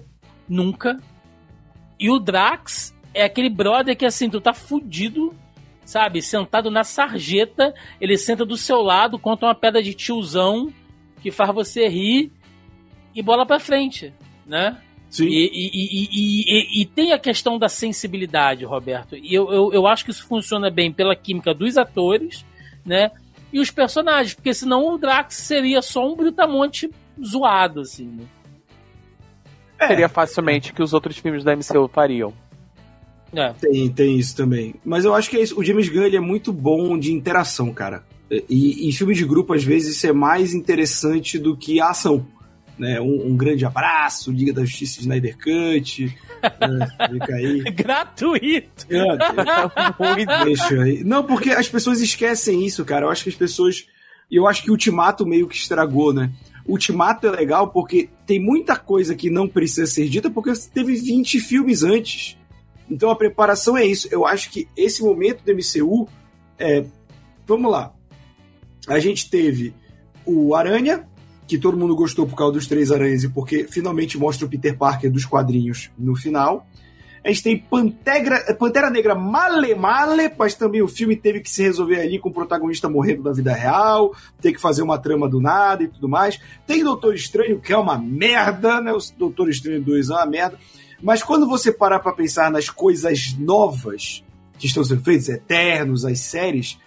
e o Drax é aquele brother que assim, tu tá fudido, sabe, sentado na sarjeta, ele senta do seu lado, conta uma pedra de tiozão que faz você rir e bola pra frente, né? Sim. E tem a questão da sensibilidade, Roberto, e eu acho que isso funciona bem pela química dos atores, né? E os personagens, porque senão o Drax seria só um brutamonte zoado, assim, né? Seria facilmente que os outros filmes da MCU fariam. Tem isso também. Mas eu acho que é isso. O James Gunn, ele é muito bom de interação, cara. E filme de grupo, às vezes, isso é mais interessante do que a ação. Né? Um grande abraço, Liga da Justiça Snyder Cut. Fica aí. Gratuito! Deixa aí. Não, porque as pessoas esquecem isso, cara. Eu acho que as pessoas... Eu acho que o Ultimato meio que estragou, né? O Ultimato é legal porque tem muita coisa que não precisa ser dita porque teve 20 filmes antes. Então a preparação é isso. Eu acho que esse momento do MCU vamos lá. A gente teve o Aranha, que todo mundo gostou por causa dos 3 aranhas e porque finalmente mostra o Peter Parker dos quadrinhos no final. A gente tem Pantera Negra male, mas também o filme teve que se resolver ali com o protagonista morrendo da vida real, ter que fazer uma trama do nada e tudo mais. Tem Doutor Estranho, que é uma merda, né? O Doutor Estranho 2 é uma merda. Mas quando você parar pra pensar nas coisas novas que estão sendo feitas, Eternos, as séries,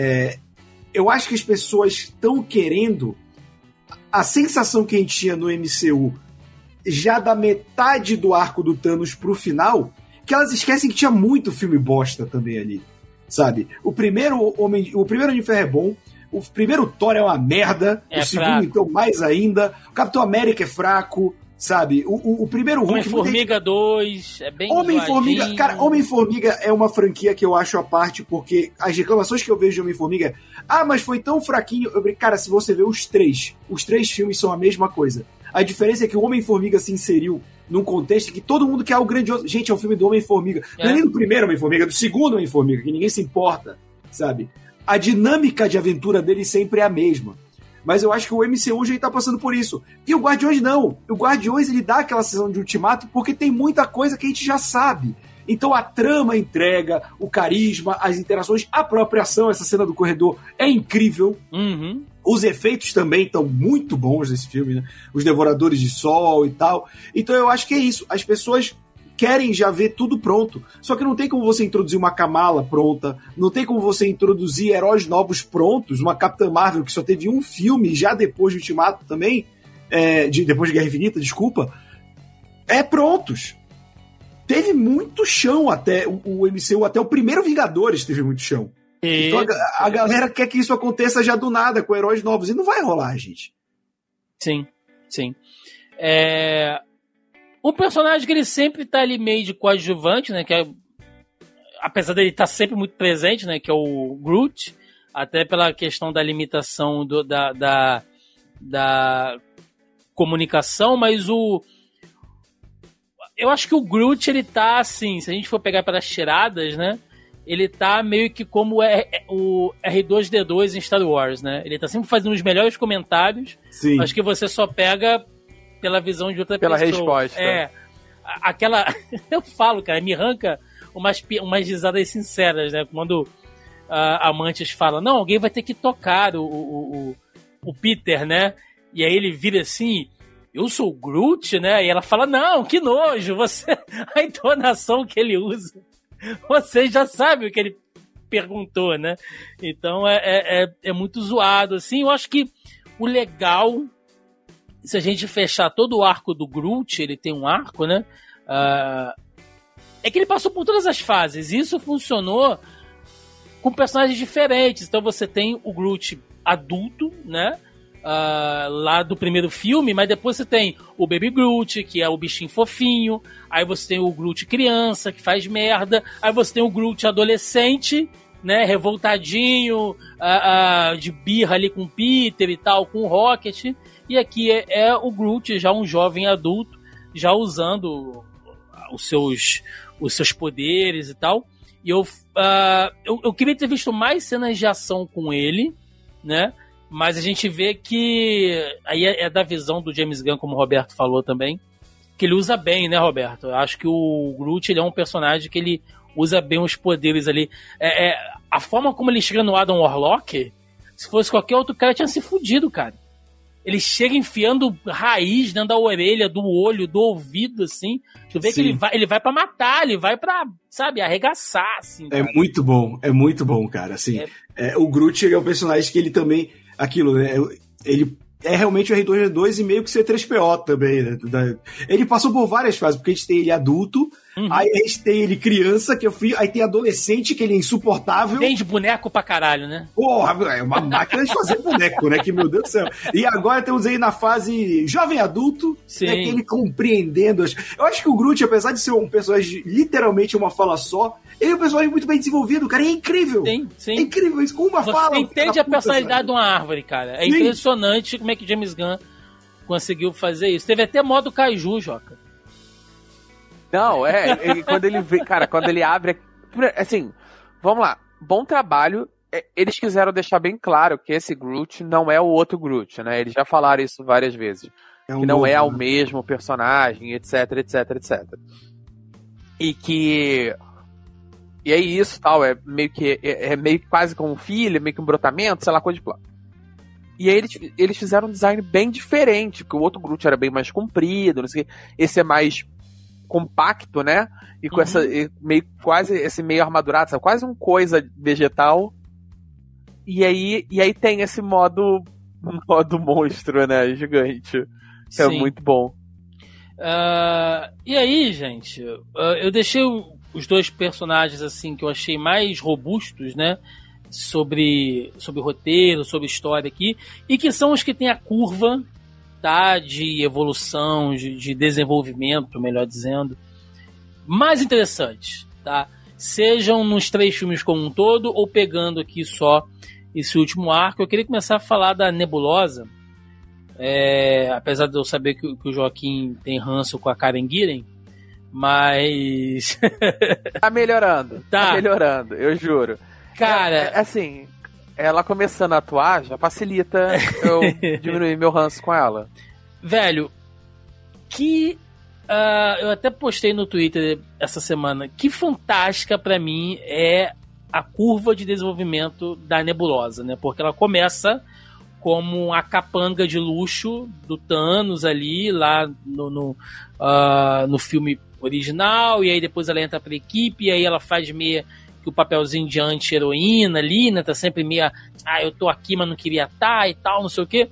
eu acho que as pessoas estão querendo a sensação que a gente tinha no MCU já da metade do arco do Thanos pro final, que elas esquecem que tinha muito filme bosta também ali, sabe? O primeiro Homem de Ferro é bom, o primeiro Thor é uma merda, o segundo fraco. então mais ainda, o Capitão América é fraco, sabe? O primeiro Hulk... Homem-Formiga 2 é bem Homem-Formiga, zoadinho. cara, Homem-Formiga é uma franquia que eu acho à parte, porque as reclamações que eu vejo de Homem-Formiga, mas foi tão fraquinho, cara, se você ver os três filmes são a mesma coisa. A diferença é que o Homem-Formiga se inseriu num contexto que todo mundo quer algo grandioso. Gente, é um filme do Homem-Formiga. Não é nem do primeiro Homem-Formiga, é do segundo Homem-Formiga, que ninguém se importa, sabe? A dinâmica de aventura dele sempre é a mesma. Mas eu acho que o MCU já está passando por isso. E o Guardiões não. O Guardiões, ele dá aquela sessão de Ultimato porque tem muita coisa que a gente já sabe. Então a trama entrega, o carisma, as interações, a própria ação, essa cena do corredor é incrível. Uhum. Os efeitos também estão muito bons nesse filme, né? Os Devoradores de Sol e tal. Então eu acho que é isso. As pessoas querem já ver tudo pronto. Só que não tem como você introduzir uma Kamala pronta, não tem como você introduzir heróis novos prontos, uma Capitã Marvel que só teve um filme já depois de Ultimato também, depois de Guerra Infinita, desculpa, prontos. Teve muito chão até o MCU, até o primeiro Vingadores teve muito chão. Então a galera quer que isso aconteça já do nada, com heróis novos, e não vai rolar, gente. Sim. O personagem que ele sempre tá ali meio de coadjuvante, né, que apesar dele estar sempre muito presente, né, que é o Groot, até pela questão da limitação da comunicação, mas eu acho que o Groot, ele tá assim, se a gente for pegar pelas tiradas, né? Ele tá meio que como o R2-D2 em Star Wars, né? Ele tá sempre fazendo os melhores comentários, Sim. acho que você só pega pela visão de outra Pela pessoa. resposta. Aquela... Eu falo, cara, me arranca umas risadas sinceras, né? Quando a Mantis fala, não, alguém vai ter que tocar o Peter, né? E aí ele vira assim, eu sou o Groot, né? E ela fala, não, que nojo, a entonação que ele usa, você já sabe o que ele perguntou, né? Então é muito zoado, assim. Eu acho que o legal, se a gente fechar todo o arco do Groot, ele tem um arco, né? É que ele passou por todas as fases. E isso funcionou com personagens diferentes. Então você tem o Groot adulto, né? Lá do primeiro filme, mas depois você tem o Baby Groot, que é o bichinho fofinho, aí você tem o Groot criança, que faz merda, aí você tem o Groot adolescente, né, revoltadinho, de birra ali com o Peter e tal, com o Rocket, e aqui é o Groot, já um jovem adulto, já usando os seus poderes e tal, e eu queria ter visto mais cenas de ação com ele, né? Mas a gente vê que aí é da visão do James Gunn, como o Roberto falou também, que ele usa bem, né, Roberto? Eu acho que o Groot, ele é um personagem que ele usa bem os poderes ali. A forma como ele chega no Adam Warlock, se fosse qualquer outro cara, tinha se fudido, cara. Ele chega enfiando raiz dentro da orelha, do olho, do ouvido, assim. Tu vê Sim. que ele vai pra matar, ele vai pra, sabe, arregaçar, assim. É cara. muito bom, cara. Assim, o Groot, ele é um personagem que ele também... Aquilo, né? Ele é realmente o R2-D2 e meio que C3PO também, né? Ele passou por várias fases, porque a gente tem ele adulto, aí a gente tem ele criança, que eu fui, aí tem adolescente, que ele é insuportável. Tem de boneco pra caralho, né? Porra, é uma máquina de fazer boneco, né? Que meu Deus do céu. E agora temos aí na fase jovem adulto, né, que ele compreendendo. Eu acho que o Groot, apesar de ser um personagem literalmente uma fala só, ele é um personagem muito bem desenvolvido, cara. É incrível. Sim. É incrível isso. Com uma fala. Você entende a personalidade de uma árvore, cara. É Sim. impressionante como é que James Gunn conseguiu fazer isso. Teve até modo Kaiju, Joca. Não, quando ele vê, cara, quando ele abre, assim, vamos lá, bom trabalho. Eles quiseram deixar bem claro que esse Groot não é o outro Groot, né? Eles já falaram isso várias vezes. Que não é o mesmo personagem, etc, etc, etc. E é isso, tal, é meio que quase como um filho, meio que um brotamento, sei lá, coisa de plano. E aí eles fizeram um design bem diferente, porque o outro Groot era bem mais comprido, não sei o quê. Esse é mais compacto, né? E com esse meio armadurado, sabe? Quase uma coisa vegetal. E aí tem esse modo monstro, né? Gigante. Que é muito bom. E aí, gente, eu deixei os dois personagens assim que eu achei mais robustos, né? Sobre roteiro, sobre história aqui, e que são os que têm a curva, tá, de evolução, de desenvolvimento, melhor dizendo, mais interessantes, tá? Sejam nos 3 filmes como um todo, ou pegando aqui só esse último arco. Eu queria começar a falar da Nebulosa, apesar de eu saber que o Joaquim tem ranço com a Karen Gillan, mas... Tá melhorando, eu juro. Cara, assim, ela começando a atuar já facilita eu diminuir meu ranço com ela. Velho, eu até postei no Twitter essa semana, que fantástica pra mim é a curva de desenvolvimento da Nebulosa, né? Porque ela começa como a capanga de luxo do Thanos ali, lá no filme original, e aí depois ela entra pra equipe, e aí ela faz meia que o papelzinho de anti-heroína ali, né? Tá sempre meio, eu tô aqui, mas não queria estar e tal, não sei o quê.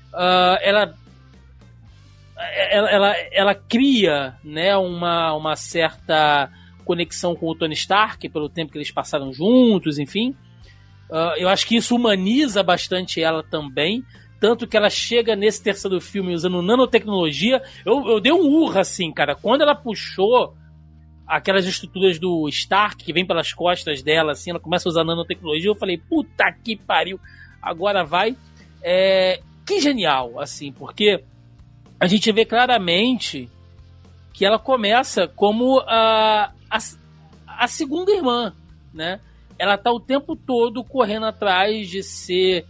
Ela cria, né, uma certa conexão com o Tony Stark pelo tempo que eles passaram juntos, enfim. Eu acho que isso humaniza bastante ela também, tanto que ela chega nesse terceiro filme usando nanotecnologia. Eu dei um urra, assim, cara, quando ela puxou aquelas estruturas do Stark que vem pelas costas dela, assim, ela começa a usar nanotecnologia, eu falei, puta que pariu, agora vai. Que genial, assim, porque a gente vê claramente que ela começa como a segunda irmã, né? Ela tá o tempo todo correndo atrás de ser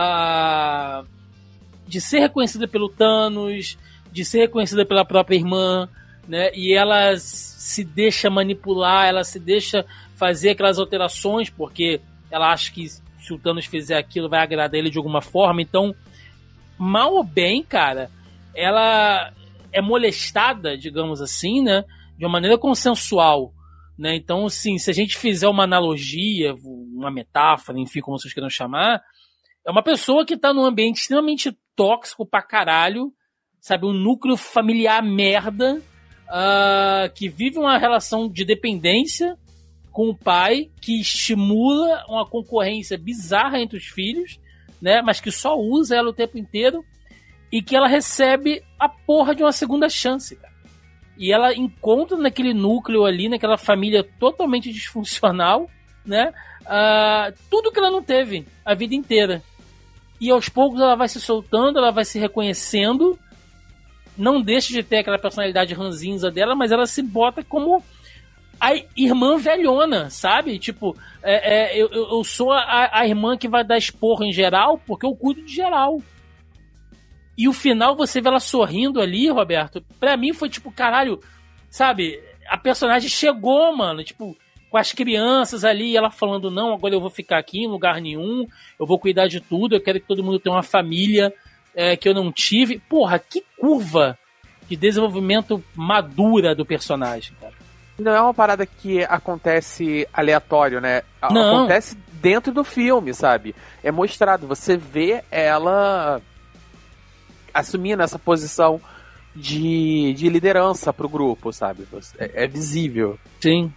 reconhecida pelo Thanos, de ser reconhecida pela própria irmã, né? E ela se deixa manipular, ela se deixa fazer aquelas alterações, porque ela acha que se o Thanos fizer aquilo vai agradar ele de alguma forma. Então, mal ou bem, cara, ela é molestada, digamos assim, né? De uma maneira consensual, né? Então, assim, se a gente fizer uma analogia, uma metáfora, enfim, como vocês queiram chamar, é uma pessoa que tá num ambiente extremamente tóxico pra caralho, sabe? Um núcleo familiar merda, que vive uma relação de dependência com o pai, que estimula uma concorrência bizarra entre os filhos, né? Mas que só usa ela o tempo inteiro, e que ela recebe a porra de uma segunda chance, cara. E ela encontra naquele núcleo ali, naquela família totalmente disfuncional, né? Tudo que ela não teve a vida inteira. E aos poucos ela vai se soltando, ela vai se reconhecendo, não deixa de ter aquela personalidade ranzinza dela, mas ela se bota como a irmã velhona, sabe? Tipo, eu sou a irmã que vai dar esporro em geral, porque eu cuido de geral. E o final, você vê ela sorrindo ali, Roberto, pra mim foi tipo, caralho, sabe? A personagem chegou, mano, tipo, com as crianças ali, ela falando, não, agora eu vou ficar aqui em lugar nenhum, eu vou cuidar de tudo, eu quero que todo mundo tenha uma família que eu não tive. Porra, que curva de desenvolvimento madura do personagem, cara. Não é uma parada que acontece aleatório, né? Não. Acontece dentro do filme, sabe? É mostrado, você vê ela assumindo essa posição de liderança pro grupo, sabe? É visível. Sim.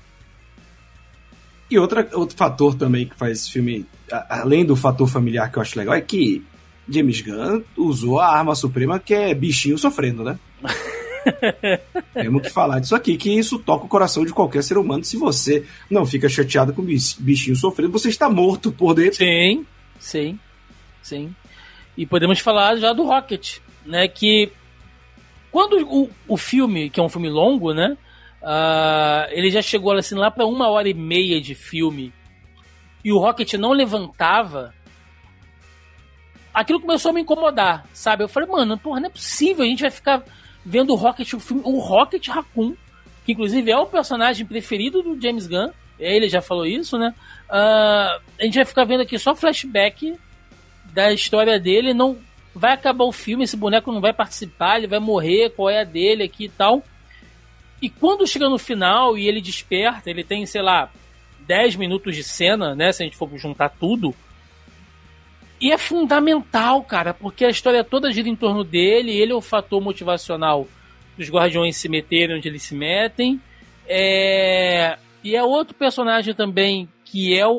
E outro fator também que faz esse filme, além do fator familiar que eu acho legal, é que James Gunn usou a arma suprema, que é bichinho sofrendo, né? Temos que falar disso aqui, que isso toca o coração de qualquer ser humano. Se você não fica chateado com bichinho sofrendo, você está morto por dentro. Sim. E podemos falar já do Rocket, né? Que quando o filme, que é um filme longo, né? Ele já chegou assim, lá para 1h30 de filme, e o Rocket não levantava, aquilo começou a me incomodar, sabe? Eu falei, mano, porra, não é possível, a gente vai ficar vendo o Rocket, o Rocket Raccoon, que inclusive é o personagem preferido do James Gunn, ele já falou isso, né? A gente vai ficar vendo aqui só flashback da história dele, não vai acabar o filme, esse boneco não vai participar, ele vai morrer, qual é a dele aqui e tal. E quando chega no final e ele desperta, ele tem, sei lá, 10 minutos de cena, né? Se a gente for juntar tudo. E é fundamental, cara, porque a história toda gira em torno dele, ele é o fator motivacional dos Guardiões se meterem onde eles se metem. E é outro personagem também que é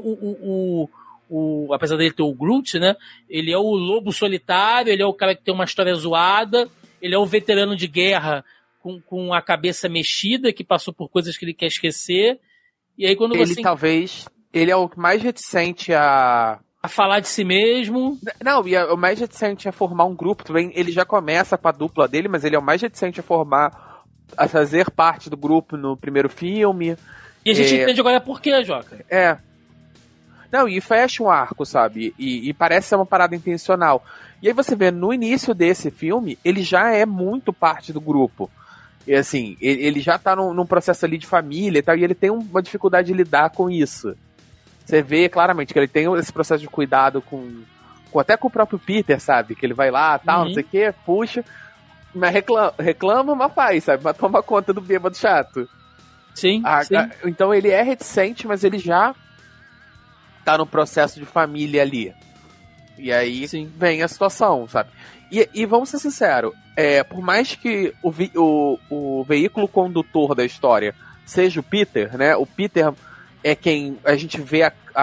apesar dele ter o Groot, né? Ele é o lobo solitário, ele é o cara que tem uma história zoada, ele é o veterano de guerra com a cabeça mexida, que passou por coisas que ele quer esquecer. E aí quando ele é o mais reticente a falar de si mesmo. Não, e o mais reticente a formar um grupo também. Ele já começa com a dupla dele, mas ele é o mais reticente a fazer parte do grupo no primeiro filme. E a gente entende agora por quê, Joca. Não, e fecha um arco, sabe? E parece ser uma parada intencional. E aí você vê, no início desse filme, ele já é muito parte do grupo. E assim, ele já tá num processo ali de família e tal, e ele tem uma dificuldade de lidar com isso. Você vê claramente que ele tem esse processo de cuidado até com o próprio Peter, sabe? Que ele vai lá, tal, não sei o quê, puxa, mas reclama, mas faz, sabe? Mas toma conta do bêbado chato. Sim. Então ele é reticente, mas ele já tá no processo de família ali. E aí vem a situação, sabe? E vamos ser sinceros, por mais que o veículo condutor da história seja o Peter, né? O Peter é quem a gente vê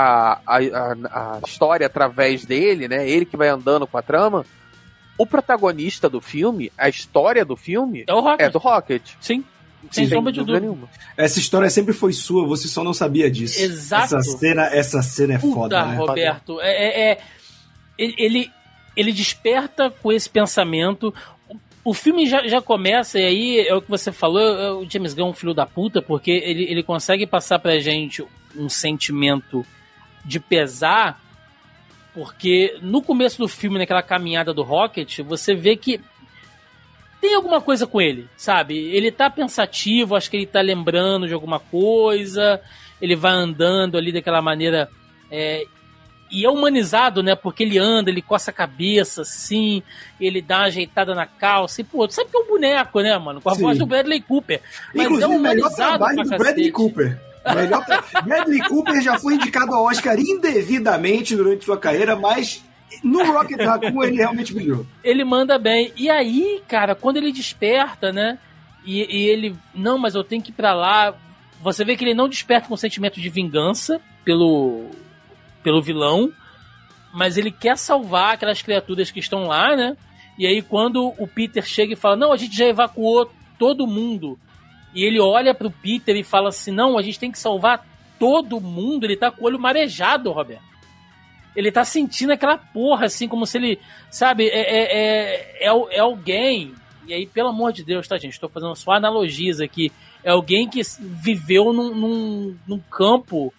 a história através dele, né? Ele que vai andando com a trama. O protagonista do filme, a história do filme, é do Rocket. Sim. Sem sombra de dúvida nenhuma. Essa história sempre foi sua, você só não sabia disso. Exato. Essa cena é foda, né? Roberto, ele desperta com esse pensamento. O filme já começa, e aí é o que você falou, o James Gunn é um filho da puta, porque ele consegue passar pra gente um sentimento de pesar, porque no começo do filme, naquela caminhada do Rocket, você vê que tem alguma coisa com ele, sabe? Ele tá pensativo, acho que ele tá lembrando de alguma coisa, ele vai andando ali daquela maneira... E é humanizado, né? Porque ele anda, ele coça a cabeça, assim, ele dá uma ajeitada na calça. E, pô, tu sabe que é um boneco, né, mano? Com a voz do Bradley Cooper. Mas inclusive, é o melhor humanizado trabalho do Bradley Cooper. Bradley Cooper já foi indicado ao Oscar indevidamente durante sua carreira, mas no Rocket Raccoon ele realmente brilhou. Ele manda bem. E aí, cara, quando ele desperta, né? E ele... Não, mas eu tenho que ir pra lá. Você vê que ele não desperta com sentimento de vingança pelo vilão, mas ele quer salvar aquelas criaturas que estão lá, né? E aí quando o Peter chega e fala, não, a gente já evacuou todo mundo, e ele olha pro Peter e fala assim, não, a gente tem que salvar todo mundo, ele tá com o olho marejado, Roberto. Ele tá sentindo aquela porra, assim, como se ele, sabe, é alguém, e aí, pelo amor de Deus, tá, gente, tô fazendo só analogias aqui, é alguém que viveu num campo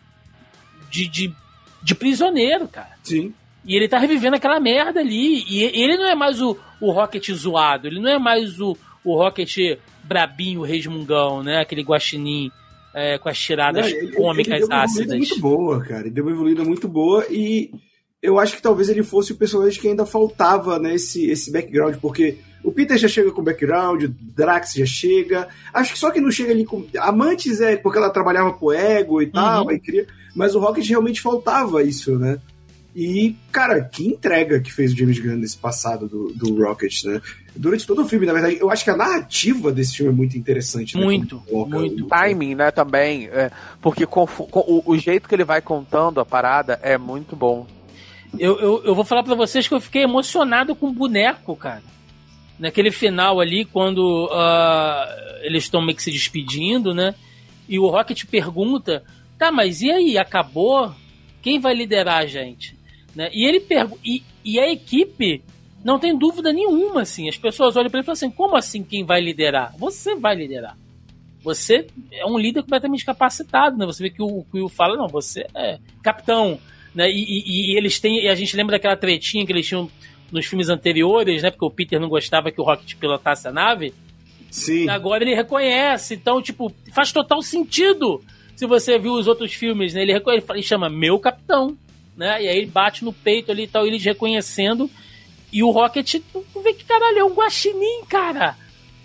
de prisioneiro, cara. Sim. E ele tá revivendo aquela merda ali. E ele não é mais o Rocket zoado. Ele não é mais o Rocket brabinho, resmungão, né? Aquele guaxinim com as tiradas cômicas ácidas. Ele deu uma evoluída muito boa, cara. Ele deu uma evoluída muito boa e eu acho que talvez ele fosse o personagem que ainda faltava, né? Esse background, porque o Peter já chega com background, o Drax já chega. Acho que só que não chega ali com... A Mantis porque ela trabalhava pro Ego e tal, aí queria... Mas o Rocket realmente faltava isso, né? E, cara, que entrega que fez o James Gunn nesse passado do Rocket, né? Durante todo o filme, na verdade, eu acho que a narrativa desse filme é muito interessante. Muito, né? Muito. O timing, né, também. Porque o jeito que ele vai contando a parada é muito bom. Eu vou falar pra vocês que eu fiquei emocionado com o boneco, cara. Naquele final ali, quando eles estão meio que se despedindo, né? E o Rocket pergunta... Tá, mas e aí? Acabou? Quem vai liderar a gente? Né? E ele e a equipe não tem dúvida nenhuma, assim. As pessoas olham para ele e falam assim, como assim quem vai liderar? Você vai liderar. Você é um líder completamente capacitado, né? Você vê que o Quill fala, não, você é capitão. Né? E eles têm... E a gente lembra daquela tretinha que eles tinham nos filmes anteriores, né? Porque o Peter não gostava que o Rocket pilotasse a nave. Sim. Agora ele reconhece. Então, tipo, faz total sentido. Se você viu os outros filmes, né, ele chama meu capitão, né? E aí ele bate no peito ali e tal, eles reconhecendo. E o Rocket, tu vê que caralho, é um guaxinim, cara.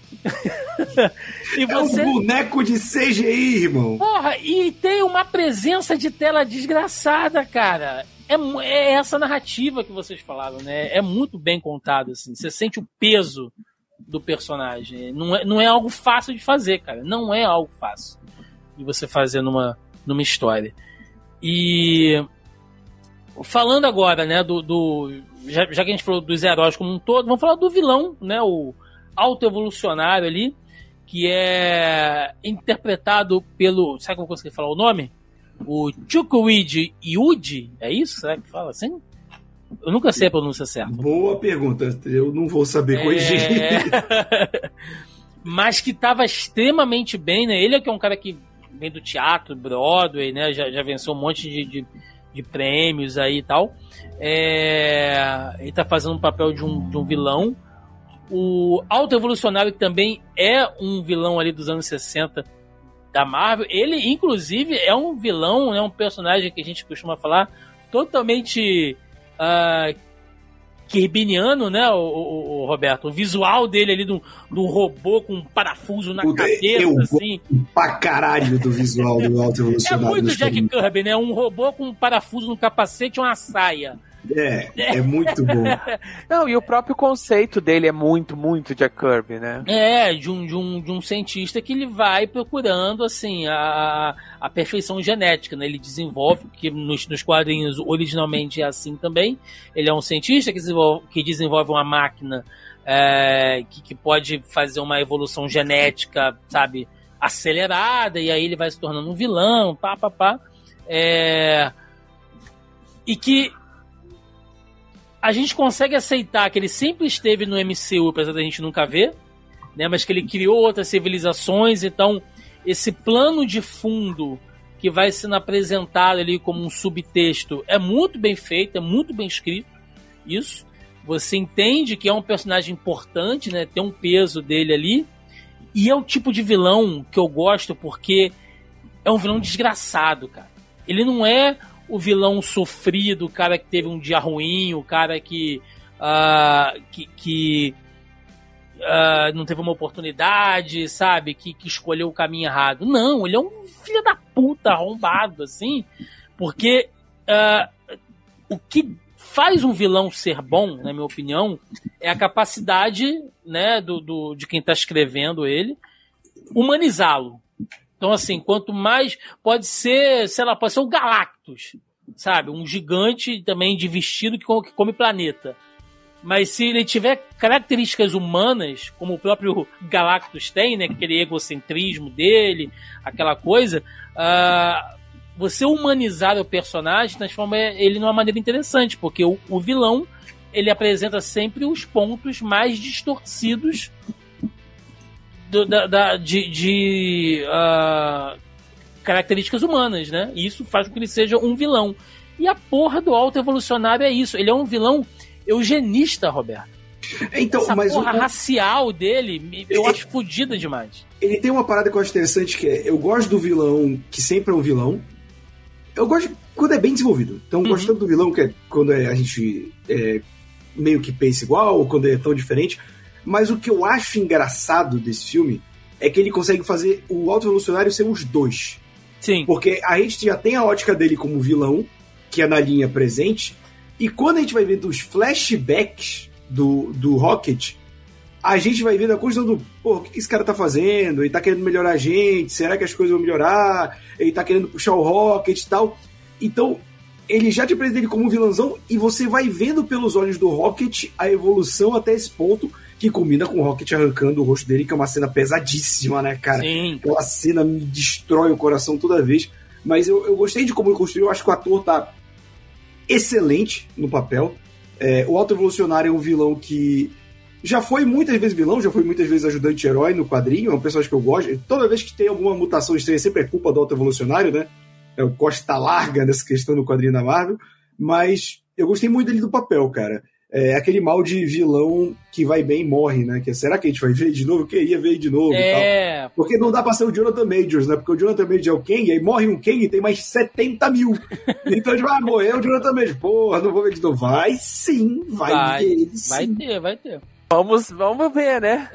E você... É um boneco de CGI, irmão. Porra, e tem uma presença de tela desgraçada, cara. É essa narrativa que vocês falaram, né? É muito bem contado, assim. Você sente o peso do personagem. Não é algo fácil de fazer, cara. Não é algo fácil de você fazer numa história. E falando agora, né, já que a gente falou dos heróis como um todo, vamos falar do vilão, né, o autoevolucionário ali, que é interpretado pelo... Será que eu vou conseguir falar o nome? O Chukwueze Yuji, é isso? Será que fala assim? Eu nunca sei a pronúncia certa. Boa pergunta, eu não vou saber corrigir. Mas que estava extremamente bem, né? Ele é que é um cara que vem do teatro, Broadway, né? Já venceu um monte de prêmios aí e tal. Ele tá fazendo um papel de um vilão. O Autoevolucionário, que também é um vilão ali dos anos 60 da Marvel. Ele, inclusive, é um vilão, né? Um personagem que a gente costuma falar totalmente kirbyniano, né, o Roberto? O visual dele ali do robô com um parafuso na cabeça, assim. Pra caralho do visual do Autoevolucionário. É muito Jack Kirby, né? Um robô com um parafuso no capacete e uma saia. É muito bom. Não, e o próprio conceito dele é muito, muito Jack Kirby, né? De um cientista que ele vai procurando, assim, a perfeição genética, né? Ele desenvolve, que nos quadrinhos originalmente é assim também. Ele é um cientista que desenvolve uma máquina que pode fazer uma evolução genética, sabe, acelerada, e aí ele vai se tornando um vilão, e que a gente consegue aceitar que ele sempre esteve no MCU, apesar da gente nunca ver, né? Mas que ele criou outras civilizações, então esse plano de fundo que vai sendo apresentado ali como um subtexto é muito bem feito, é muito bem escrito, isso. Você entende que é um personagem importante, né? Tem um peso dele ali, e é o tipo de vilão que eu gosto porque é um vilão desgraçado, cara. Ele não é o vilão sofrido, o cara que teve um dia ruim, o cara que não teve uma oportunidade, sabe? Que escolheu o caminho errado. Não, ele é um filho da puta arrombado, assim, porque o que faz um vilão ser bom, na minha opinião, é a capacidade, né, de quem tá escrevendo ele humanizá-lo. Então, assim, quanto mais... Pode ser, sei lá, pode ser o Galactus, sabe? Um gigante também de vestido que come planeta. Mas se ele tiver características humanas, como o próprio Galactus tem, né? Aquele egocentrismo dele, aquela coisa... você humanizar o personagem transforma ele numa maneira interessante, porque o vilão, ele apresenta sempre os pontos mais distorcidos de características humanas, né? E isso faz com que ele seja um vilão. E a porra do Alto Evolucionário é isso. Ele é um vilão eugenista, Roberto. Então, essa mas porra racial dele, eu acho fodida demais. Ele tem uma parada que eu acho interessante, que é, eu gosto do vilão que sempre é um vilão. Eu gosto quando é bem desenvolvido. Então, eu gosto tanto do vilão, que é quando a gente meio que pensa igual, ou quando é tão diferente. Mas o que eu acho engraçado desse filme é que ele consegue fazer o Alto Evolucionário ser os dois. Sim. Porque a gente já tem a ótica dele como vilão, que é na linha presente, e quando a gente vai vendo os flashbacks do Rocket, a gente vai vendo a construção do, pô, o que esse cara tá fazendo? Ele tá querendo melhorar a gente? Será que as coisas vão melhorar? Ele tá querendo puxar o Rocket e tal. Então, ele já te apresenta ele como um vilãozão, e você vai vendo pelos olhos do Rocket a evolução até esse ponto, que combina com o Rocket arrancando o rosto dele, que é uma cena pesadíssima, né, cara? Sim. Aquela cena me destrói o coração toda vez. Mas eu gostei de como ele construiu. Eu acho que o ator tá excelente no papel. O Alto Evolucionário é um vilão que já foi muitas vezes vilão, já foi muitas vezes ajudante-herói no quadrinho. É um personagem que eu gosto. Toda vez que tem alguma mutação estranha, sempre é culpa do Alto Evolucionário, né? O Costa larga nessa questão no quadrinho da Marvel. Mas eu gostei muito dele do papel, cara. É aquele mal de vilão que vai bem e morre, né? Que será que a gente vai ver de novo? Eu queria ver de novo e tal. Porque não dá pra ser o Jonathan Majors, né? Porque o Jonathan Majors é o Kang, aí morre um Kang e tem mais 70 mil. Então a gente vai morrer o Jonathan Majors. Porra, não vou ver de novo. Vai sim, vai ver. Sim. Vai ter. Vamos ver, né?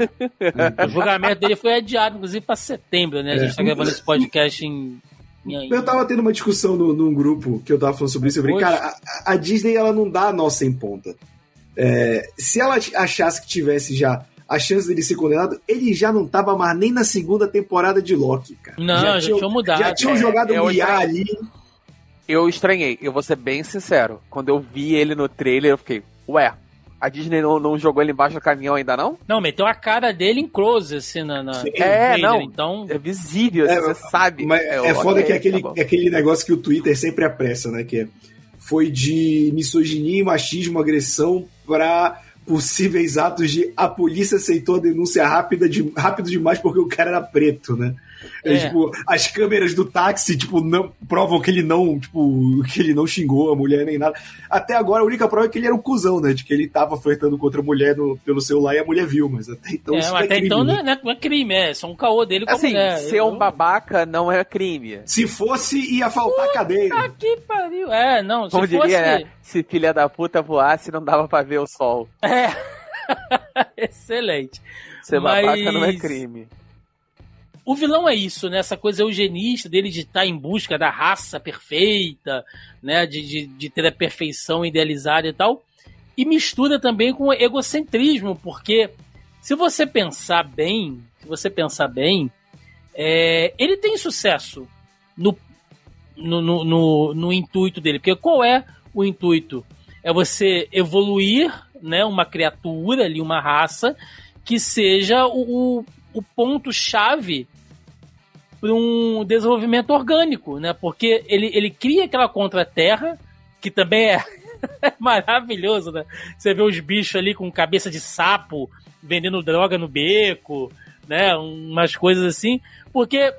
O julgamento dele foi adiado, inclusive, pra setembro, né? A gente tá gravando esse podcast em... Eu tava tendo uma discussão num grupo que eu tava falando sobre isso. Eu falei, cara, a Disney, ela não dá a nossa em ponta. Se ela achasse que tivesse já a chance dele ser condenado, ele já não tava mais nem na segunda temporada de Loki, cara. Não, já tinham mudado. Já tinham jogado o IA ali. Eu estranhei, eu vou ser bem sincero. Quando eu vi ele no trailer, eu fiquei, ué, a Disney não jogou ele embaixo do caminhão ainda não? Não, meteu a cara dele em close, assim, no trailer, não. Então... É visível, você sabe. Mas foda que é aquele negócio que o Twitter sempre apressa, né? Que foi de misoginia e machismo, agressão, pra possíveis atos de a polícia aceitou a denúncia rápido demais porque o cara era preto, né? Tipo, as câmeras do táxi, tipo, não provam que ele não, tipo, que ele não xingou a mulher nem nada. Até agora a única prova é que ele era um cuzão, né? De que ele tava flertando com outra mulher pelo celular e a mulher viu, mas até então isso não é crime. Então né? não é crime, é só um caô dele com a mulher. Ser um babaca não é crime. Se fosse, ia faltar cadeia. Que pariu. Não, como se fosse... diria, né? Se filha da puta voasse, não dava pra ver o sol. Excelente. Ser babaca não é crime. O vilão é isso, né? Essa coisa eugenista dele de estar em busca da raça perfeita, né? De ter a perfeição idealizada e tal. E mistura também com o egocentrismo, porque se você pensar bem, ele tem sucesso no intuito dele. Porque qual é o intuito? É você evoluir, né, uma criatura ali, uma raça, que seja o ponto-chave para um desenvolvimento orgânico, né? Porque ele cria aquela contra-terra, que também É maravilhoso, né? Você vê os bichos ali com cabeça de sapo, vendendo droga no beco, né? Umas coisas assim. Porque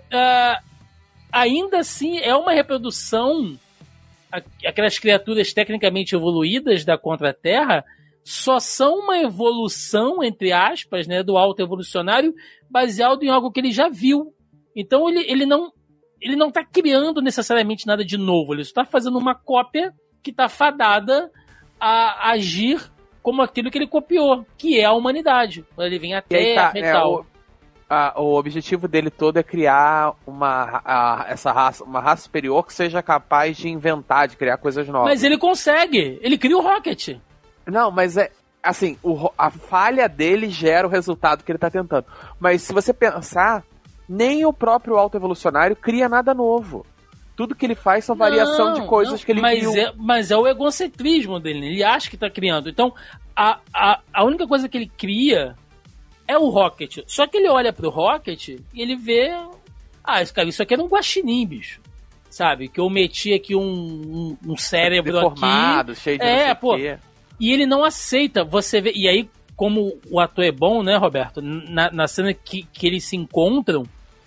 ainda assim é uma reprodução. Aquelas criaturas tecnicamente evoluídas da Contra-Terra só são uma evolução, entre aspas, né, do auto-evolucionário baseado em algo que ele já viu. Então ele não está criando necessariamente nada de novo, ele está fazendo uma cópia que está fadada a agir como aquilo que ele copiou, que é a humanidade. Ele vem à Terra e tal. O objetivo dele todo é criar uma raça superior que seja capaz de inventar, de criar coisas novas. Mas ele consegue, ele cria o Rocket. Não, mas assim, a falha dele gera o resultado que ele tá tentando. Mas se você pensar, nem o próprio autoevolucionário cria nada novo. Tudo que ele faz são variação de coisas que ele viu. Mas é o egocentrismo dele, ele acha que tá criando. Então, a única coisa que ele cria é o Rocket. Só que ele olha pro Rocket e ele vê... isso aqui era um guaxinim, bicho. Sabe? Que eu meti aqui um cérebro deformado, aqui. Cheio de não sei o quê. E ele não aceita, você vê... E aí, como o ator é bom, né, Roberto? Na cena que eles se encontram,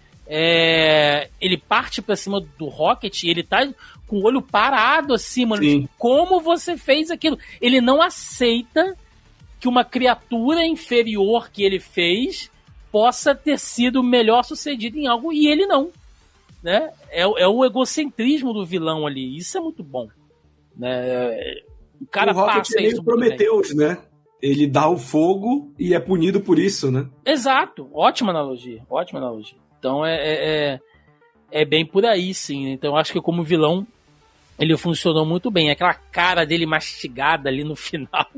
ele parte pra cima do Rocket e ele tá com o olho parado assim, mano. Tipo, como você fez aquilo? Ele não aceita que uma criatura inferior que ele fez possa ter sido melhor sucedida em algo, e ele não. Né? É o egocentrismo do vilão ali. Isso é muito bom. Né? O cara Rocket passa isso. Prometheus, né? Ele dá o fogo e é punido por isso, né? Exato. Ótima analogia. Então é bem por aí, sim. Então eu acho que como vilão ele funcionou muito bem. Aquela cara dele mastigada ali no final.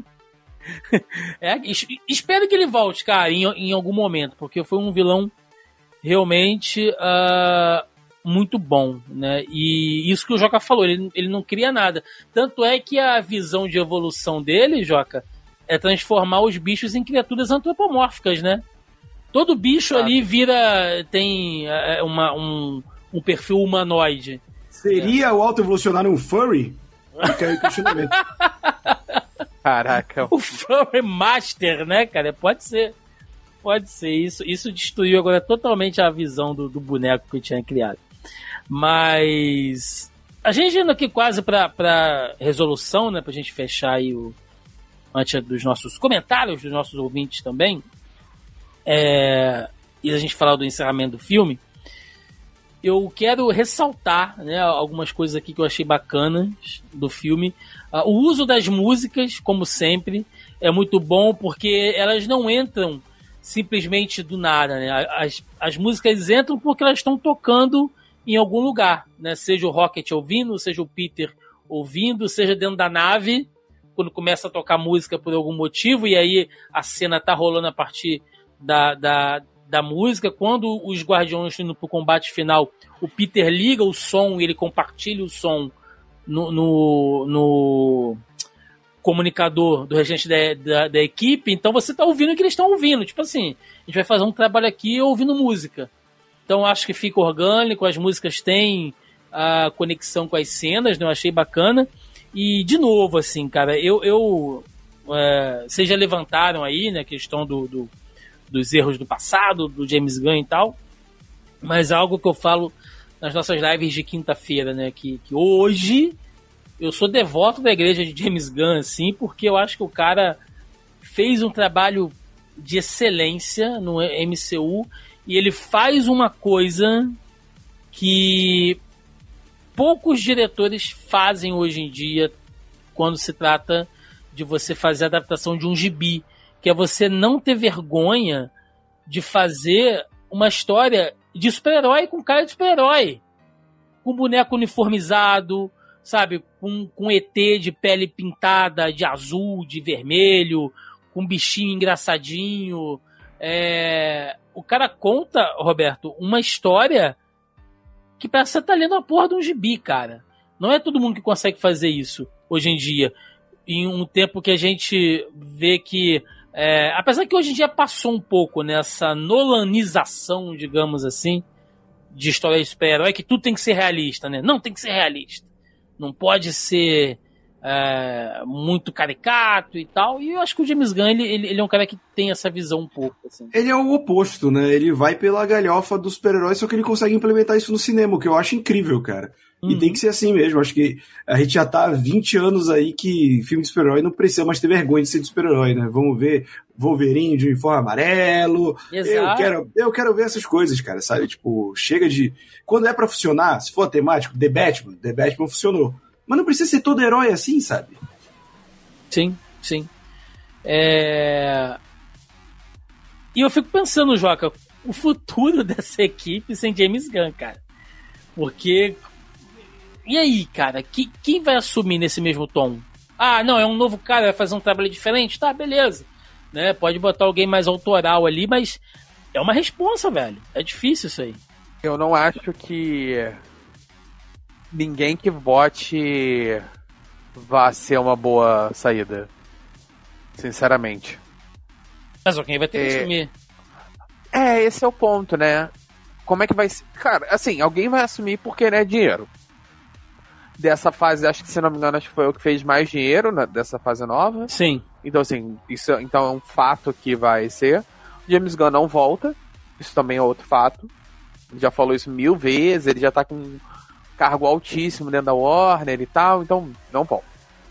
Espero que ele volte, cara, em algum momento, porque foi um vilão realmente muito bom, né? E isso que o Joca falou, ele não cria nada. Tanto é que a visão de evolução dele, Joca, é transformar os bichos em criaturas antropomórficas, né? Todo bicho ali tem um perfil humanoide. Seria o autoevolucionário um furry? Fica aí o questionamento. Caraca. O Furry Master, né, cara? Pode ser. Isso destruiu agora totalmente a visão do boneco que eu tinha criado. Mas a gente indo aqui quase pra resolução, né? Pra gente fechar aí antes dos nossos comentários, dos nossos ouvintes também. E a gente falar do encerramento do filme. Eu quero ressaltar, né, algumas coisas aqui que eu achei bacanas do filme. O uso das músicas, como sempre, é muito bom porque elas não entram simplesmente do nada, né? As músicas entram porque elas estão tocando em algum lugar, né? Seja o Rocket ouvindo, seja o Peter ouvindo, seja dentro da nave, quando começa a tocar música por algum motivo, e aí a cena tá rolando a partir da música. Quando os Guardiões estão indo pro combate final, o Peter liga o som e ele compartilha o som no comunicador do restante da equipe. Então você tá ouvindo o que eles estão ouvindo. Tipo assim, a gente vai fazer um trabalho aqui ouvindo música. Então acho que fica orgânico, as músicas têm a conexão com as cenas, né? Eu achei bacana. E de novo, assim, cara, vocês já levantaram aí, né, a questão dos erros do passado, do James Gunn e tal, mas algo que eu falo nas nossas lives de quinta-feira, né, que hoje eu sou devoto da igreja de James Gunn, assim, porque eu acho que o cara fez um trabalho de excelência no MCU e ele faz uma coisa que poucos diretores fazem hoje em dia quando se trata de você fazer a adaptação de um gibi, que é você não ter vergonha de fazer uma história de super-herói com cara de super-herói, com boneco uniformizado, sabe, com ET de pele pintada de azul, de vermelho, com bichinho engraçadinho. O cara conta, Roberto, uma história que parece que você tá lendo a porra de um gibi, cara. Não é todo mundo que consegue fazer isso hoje em dia. Em um tempo que a gente vê que... apesar que hoje em dia passou um pouco nessa nolanização, digamos assim, de história de super-herói, que tudo tem que ser realista, né? Não, tem que ser realista. Não pode ser muito caricato e tal, e eu acho que o James Gunn, ele é um cara que tem essa visão um pouco, assim. Ele é o oposto, né? Ele vai pela galhofa dos super-heróis, só que ele consegue implementar isso no cinema, o que eu acho incrível, cara. E tem que ser assim mesmo. Acho que a gente já tá há 20 anos aí que filme de super-herói não precisa mais ter vergonha de ser de super-herói, né? Vamos ver Wolverine de uniforme amarelo. Exato. Eu quero ver essas coisas, cara, sabe? Tipo, chega de... Quando é pra funcionar, se for temático, The Batman funcionou. Mas não precisa ser todo herói assim, sabe? Sim. E eu fico pensando, Joca, o futuro dessa equipe sem James Gunn, cara. Porque... E aí, cara? Quem vai assumir nesse mesmo tom? Ah, não, é um novo cara, vai fazer um trabalho diferente? Tá, beleza. Né? Pode botar alguém mais autoral ali, mas é uma responsa, velho. É difícil isso aí. Eu não acho que ninguém que vote vá ser uma boa saída. Sinceramente. Mas alguém vai ter que assumir. Esse é o ponto, né? Como é que vai ser? Cara, assim, alguém vai assumir porque, né, dinheiro. Dessa fase, acho que, se não me engano, acho que foi o que fez mais dinheiro dessa fase nova. Sim. Então, assim, isso então é um fato que vai ser. James Gunn não volta. Isso também é outro fato. Ele já falou isso 1000 vezes. Ele já tá com um cargo altíssimo dentro da Warner e tal. Então, não volta.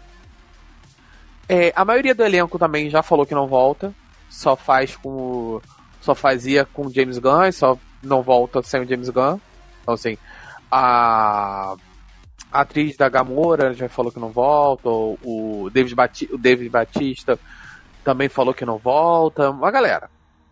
A maioria do elenco também já falou que não volta. Só fazia com o James Gunn. Só não volta sem o James Gunn. Então, assim, a atriz da Gamora já falou que não volta. O David Batista também falou que não volta. Uma galera.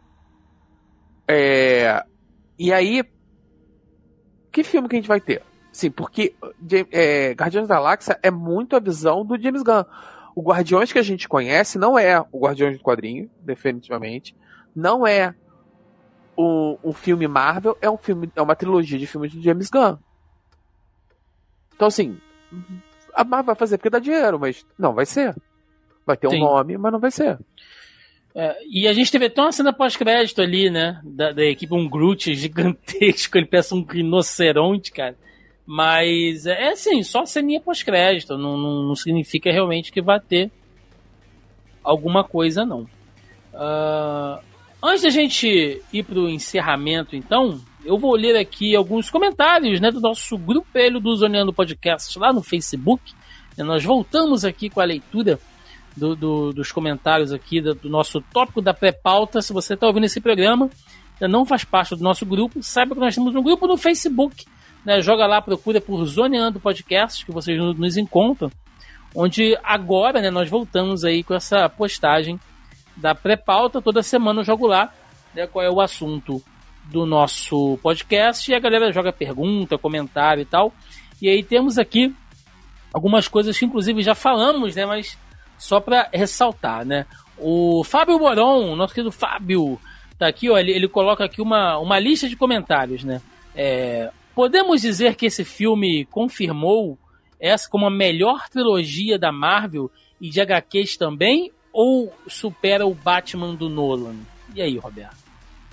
E aí, que filme que a gente vai ter? Sim, porque Guardiões da Galáxia é muito a visão do James Gunn. O Guardiões que a gente conhece não é o Guardiões do quadrinho, definitivamente. Não é um filme Marvel, é uma trilogia de filmes do James Gunn. Então, assim, a Marvel vai fazer porque dá dinheiro, mas não vai ser. Vai ter um nome, mas não vai ser. E a gente teve até uma cena pós-crédito ali, né? Da equipe, um Groot gigantesco, ele parece um rinoceronte, cara. Mas assim, só ceninha pós-crédito. Não significa realmente que vai ter alguma coisa, não. Antes da gente ir pro encerramento, então, eu vou ler aqui alguns comentários, né, do nosso grupelho do Zoneando Podcast lá no Facebook. Nós voltamos aqui com a leitura dos comentários aqui do nosso tópico da pré-pauta. Se você está ouvindo esse programa, ainda não faz parte do nosso grupo, saiba que nós temos um grupo no Facebook, né? Joga lá, procura por Zoneando Podcast, que vocês nos encontram, onde agora, né, nós voltamos aí com essa postagem da pré-pauta. Toda semana eu jogo lá, né, qual é o assunto do nosso podcast, e a galera joga pergunta, comentário e tal. E aí temos aqui algumas coisas que inclusive já falamos, né, mas só para ressaltar, né? O Fábio Moron, nosso querido Fábio, tá aqui, ó, ele coloca aqui uma lista de comentários, né? Podemos dizer que esse filme confirmou essa como a melhor trilogia da Marvel e de HQs também, ou supera o Batman do Nolan? E aí, Roberto?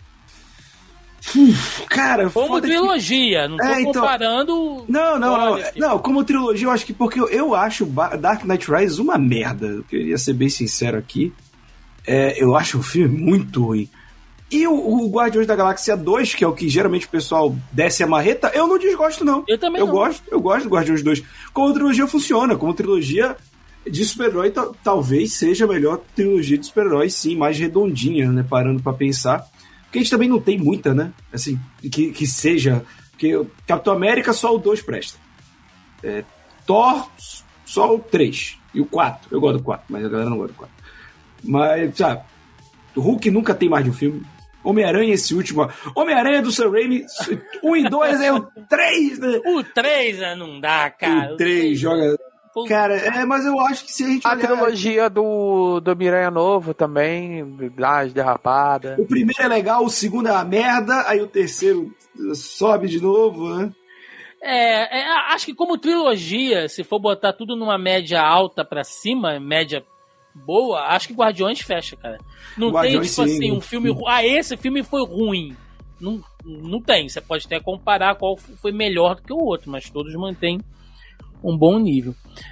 Cara, como trilogia, não tô comparando. Não, como trilogia, eu acho que porque eu acho Dark Knight Rises uma merda. Eu queria ser bem sincero aqui. Eu acho o filme muito ruim. E o Guardiões da Galáxia 2, que é o que geralmente o pessoal desce a marreta, eu não desgosto, não. Eu também não. Eu gosto do Guardiões 2. Como trilogia funciona, como trilogia de super-herói, talvez seja a melhor trilogia de super-herói, sim, mais redondinha, né, parando pra pensar. Porque a gente também não tem muita, né? Assim, que seja... Porque Capitão América, só o 2 presta. Thor, só o 3. E o 4. Eu gosto do 4, mas a galera não gosta do 4. Mas, sabe... O Hulk nunca tem mais de um filme. Homem-Aranha, esse último... Homem-Aranha do Sam Raimi, 1 e 2 é o 3, né? O 3 não dá, cara. O 3 joga... Cara, mas eu acho que se a gente olhar... A trilogia do Miranha Novo também, das derrapadas. O primeiro é legal, o segundo é uma merda, aí o terceiro sobe de novo, né? Acho que como trilogia, se for botar tudo numa média alta pra cima, média boa, acho que Guardiões fecha, cara. Não Guardiões, tem, tipo assim, um filme... esse filme foi ruim. Não tem. Você pode até comparar qual foi melhor do que o outro, mas todos mantêm um bom nível.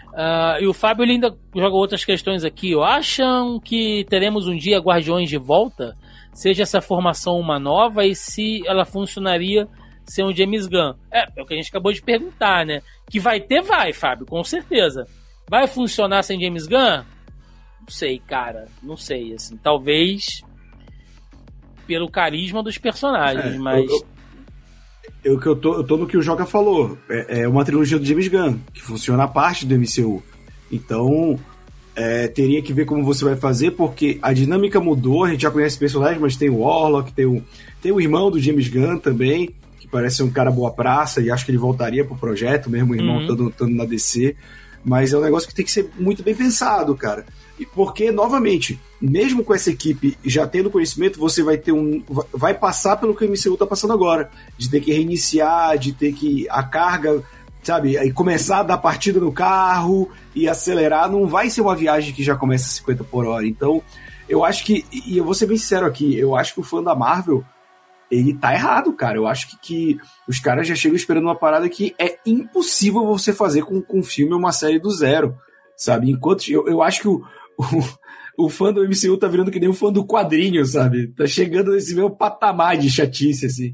E o Fábio ele ainda joga outras questões aqui. Acham que teremos um dia Guardiões de volta? Seja essa formação uma nova e se ela funcionaria sem um James Gunn? É o que a gente acabou de perguntar, né? Que vai ter, vai, Fábio, com certeza. Vai funcionar sem James Gunn? Não sei, cara. Não sei, assim. Talvez pelo carisma dos personagens, mas... Eu tô no que o Joca falou. É uma trilogia do James Gunn, que funciona a parte do MCU. Então, teria que ver como você vai fazer, porque a dinâmica mudou, a gente já conhece personagens, mas tem o Warlock, tem o irmão do James Gunn também, que parece ser um cara boa praça, e acho que ele voltaria pro projeto, mesmo o irmão estando na DC. Mas é um negócio que tem que ser muito bem pensado, cara. Porque, novamente, mesmo com essa equipe já tendo conhecimento, você vai passar pelo que o MCU tá passando agora. De ter que reiniciar, de ter que... A carga, sabe? E começar a dar partida no carro e acelerar. Não vai ser uma viagem que já começa a 50 por hora. Então, eu acho que... E eu vou ser bem sincero aqui. Eu acho que o fã da Marvel... Ele tá errado, cara. Eu acho que os caras já chegam esperando uma parada que é impossível você fazer com um filme ou uma série do zero, sabe? Enquanto eu acho que o fã do MCU tá virando que nem o fã do quadrinho, sabe? Tá chegando nesse meu patamar de chatice, assim.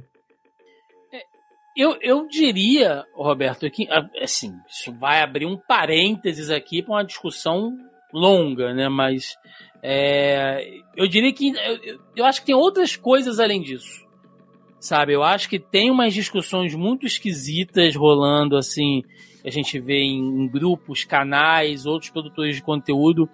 Eu diria, Roberto, que assim, isso vai abrir um parênteses aqui para uma discussão longa, né? Mas eu diria que eu acho que tem outras coisas além disso. Sabe, eu acho que tem umas discussões muito esquisitas rolando, assim, que a gente vê em grupos, canais, outros produtores de conteúdo.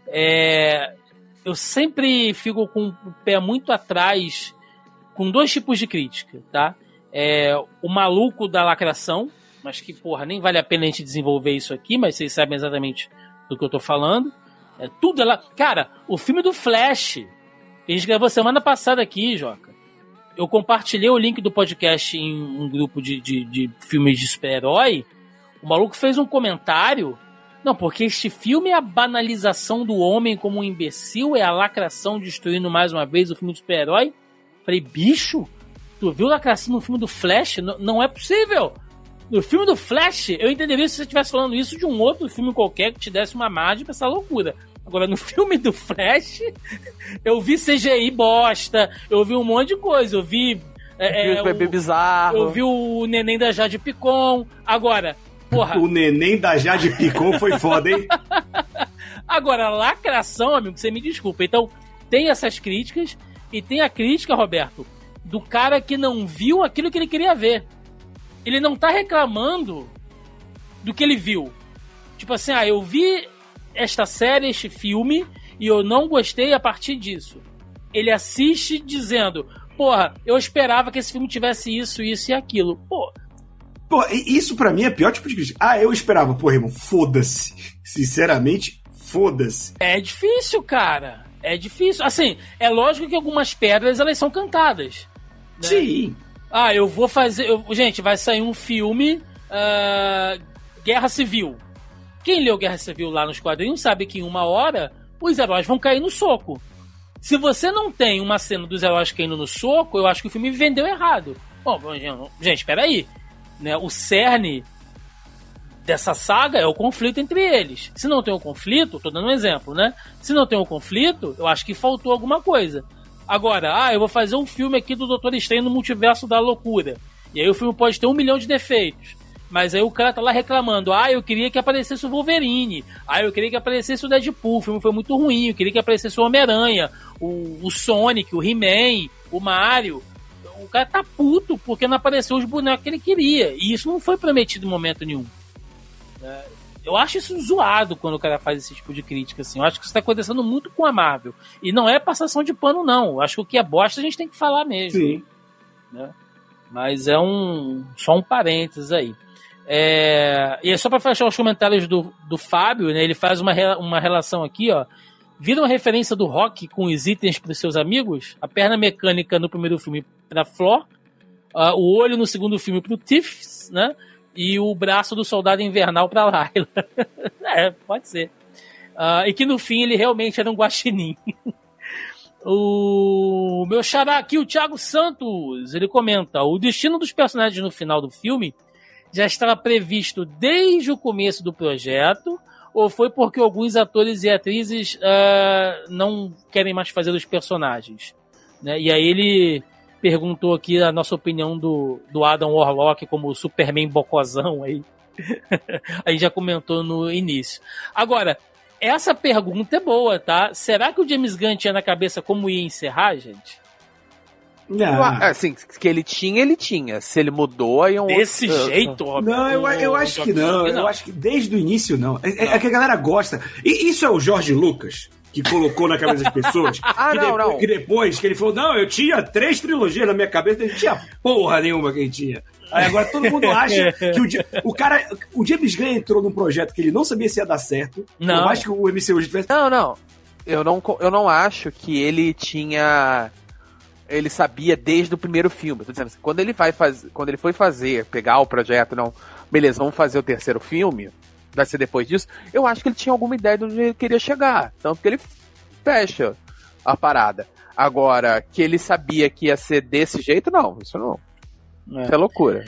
Eu sempre fico com o pé muito atrás com dois tipos de crítica, tá? O maluco da lacração, mas que, porra, nem vale a pena a gente desenvolver isso aqui, mas vocês sabem exatamente do que eu tô falando. Tudo lá. Cara, o filme do Flash, que a gente gravou semana passada aqui, Joca. Eu compartilhei o link do podcast em um grupo de filmes de super-herói. O maluco fez um comentário. Não, porque este filme é a banalização do homem como um imbecil, é a lacração destruindo mais uma vez o filme de super-herói. Falei, bicho, tu viu lacração no filme do Flash? Não é possível. No filme do Flash, eu entenderia se você estivesse falando isso de um outro filme qualquer que te desse uma margem pra essa loucura. Agora, no filme do Flash, eu vi CGI bosta, eu vi um monte de coisa, eu vi... o bebê bizarro. Eu vi o neném da Jade Picon. Agora, porra... O neném da Jade Picon foi foda, hein? Agora, lacração, amigo, você me desculpa. Então, tem essas críticas, e tem a crítica, Roberto, do cara que não viu aquilo que ele queria ver. Ele não tá reclamando do que ele viu. Tipo assim, eu vi esta série, este filme, e eu não gostei a partir disso. Ele assiste dizendo, porra, eu esperava que esse filme tivesse isso, isso e aquilo. Pô, isso pra mim é pior tipo de crítica. Eu esperava, porra, irmão, foda-se. Sinceramente, foda-se. É difícil, cara. É difícil. Assim, é lógico que algumas pedras, elas são cantadas. Né? Sim. Eu vou fazer... gente, vai sair um filme Guerra Civil. Quem leu Guerra Civil lá nos quadrinhos sabe que em uma hora os heróis vão cair no soco. Se você não tem uma cena dos heróis caindo no soco, eu acho que o filme vendeu errado. Bom, gente, espera aí. Né? O cerne dessa saga é o conflito entre eles. Se não tem o conflito, tô dando um exemplo, né? Se não tem o conflito, eu acho que faltou alguma coisa. Agora, eu vou fazer um filme aqui do Doutor Estranho no Multiverso da Loucura. E aí o filme pode ter 1 milhão de defeitos. Mas aí o cara tá lá reclamando, eu queria que aparecesse o Wolverine, eu queria que aparecesse o Deadpool, o filme foi muito ruim, eu queria que aparecesse o Homem-Aranha, o Sonic, o He-Man, o Mario. O cara tá puto porque não apareceu os bonecos que ele queria, e isso não foi prometido em momento nenhum. Eu acho isso zoado quando o cara faz esse tipo de crítica, assim. Eu acho que isso tá acontecendo muito com a Marvel, e não é passação de pano, não. Eu acho que o que é bosta a gente tem que falar mesmo. Sim. Né? Mas só um parênteses aí. E é só para fechar os comentários do Fábio, né? Ele faz uma relação aqui, ó. Viram a referência do Rock com os itens para os seus amigos? A perna mecânica no primeiro filme para Flor, o olho no segundo filme para o Tiff, né? E o braço do soldado invernal para Layla. Pode ser. E que no fim ele realmente era um guaxinim. O meu xará aqui, o Thiago Santos, ele comenta: o destino dos personagens no final do filme já estava previsto desde o começo do projeto, ou foi porque alguns atores e atrizes não querem mais fazer os personagens? Né? E aí ele perguntou aqui a nossa opinião do Adam Warlock como Superman bocozão aí. A gente já comentou no início. Agora, essa pergunta é boa, tá? Será que o James Gunn tinha na cabeça como ia encerrar, gente? Assim, que ele tinha. Se ele mudou, aí Desse jeito, Roberto? Não, eu acho que não. Eu acho que desde o início não. É que a galera gosta. E isso é o George Lucas que colocou na cabeça das pessoas. Que depois que ele falou, não, eu tinha 3 trilogias na minha cabeça, não tinha porra nenhuma que ele tinha. Aí agora todo mundo acha que o James Gunn entrou num projeto que ele não sabia se ia dar certo. Não. Por mais que o MCU tivesse... Não. Eu não acho que ele tinha... Ele sabia desde o primeiro filme. Tô dizendo assim, quando ele foi pegar o projeto, não, beleza, vamos fazer o terceiro filme, vai ser depois disso, eu acho que ele tinha alguma ideia de onde ele queria chegar. Tanto que ele fecha a parada. Agora, que ele sabia que ia ser desse jeito, não, isso não. Isso é loucura.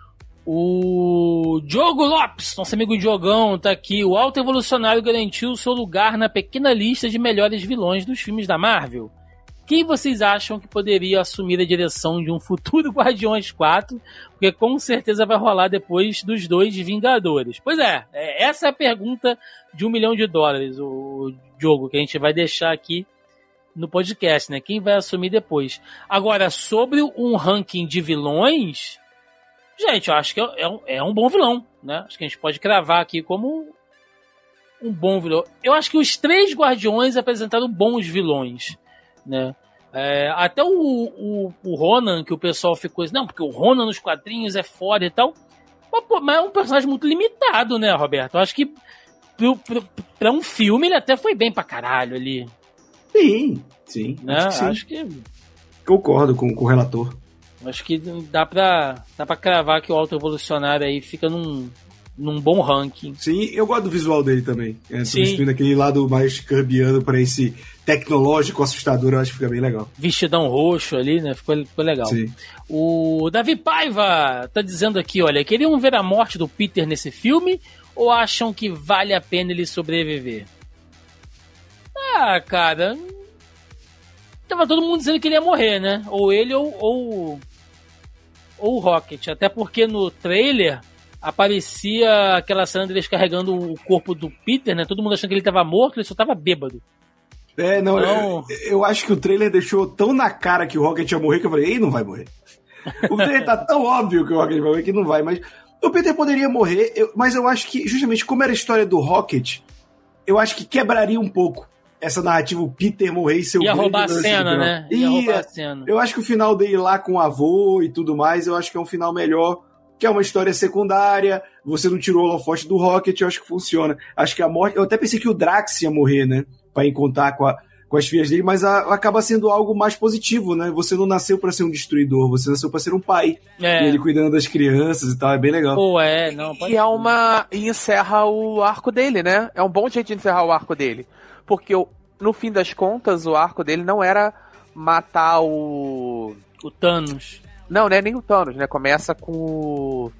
O Diogo Lopes, nosso amigo Diogão, tá aqui. O Alto Evolucionário garantiu seu lugar na pequena lista de melhores vilões dos filmes da Marvel. Quem vocês acham que poderia assumir a direção de um futuro Guardiões 4? Porque com certeza vai rolar depois dos 2 Vingadores. Pois essa é a pergunta de $1 milhão, o Diogo, que a gente vai deixar aqui no podcast, né? Quem vai assumir depois. Agora, sobre um ranking de vilões, gente, eu acho que é um bom vilão, né? Acho que a gente pode cravar aqui como um bom vilão. Eu acho que os 3 Guardiões apresentaram bons vilões, né? Até o Ronan, que o pessoal ficou assim, não, porque o Ronan nos quadrinhos é foda e tal, mas é um personagem muito limitado, né, Roberto? Eu acho que pra um filme ele até foi bem pra caralho ali. Sim. Né? Acho que concordo com o relator. Acho que dá pra cravar que o Alto Evolucionário aí fica num bom ranking. Sim, eu gosto do visual dele também. Substituindo aquele lado mais kirbiano pra esse tecnológico assustador, eu acho que fica bem legal. Vestidão roxo ali, né? Ficou legal. Sim. O Davi Paiva tá dizendo aqui, olha, queriam ver a morte do Peter nesse filme ou acham que vale a pena ele sobreviver? Cara, tava todo mundo dizendo que ele ia morrer, né? Ou ele ou o Rocket. Até porque no trailer aparecia aquela cena deles carregando o corpo do Peter, né? Todo mundo achando que ele tava morto, ele só tava bêbado. Eu acho que o trailer deixou tão na cara que o Rocket ia morrer que eu falei, não vai morrer. O trailer tá tão óbvio que o Rocket vai morrer que não vai, mas o Peter poderia morrer, mas eu acho que, justamente como era a história do Rocket, eu acho que quebraria um pouco essa narrativa, o Peter morrer e ser o grande roubar a cena, né? Ia roubar a cena. Eu acho que o final dele lá com o avô e tudo mais, eu acho que é um final melhor, que é uma história secundária, você não tirou o holofote do Rocket, eu acho que funciona. Acho que a morte... Eu até pensei que o Drax ia morrer, né? Pra ir contar com as filhas dele, mas acaba sendo algo mais positivo, né? Você não nasceu pra ser um destruidor, você nasceu pra ser um pai. E ele cuidando das crianças e tal, é bem legal. E encerra o arco dele, né? É um bom jeito de encerrar o arco dele. Porque, no fim das contas, o arco dele não era matar o Thanos. Não é nem o Thanos, né? Começa com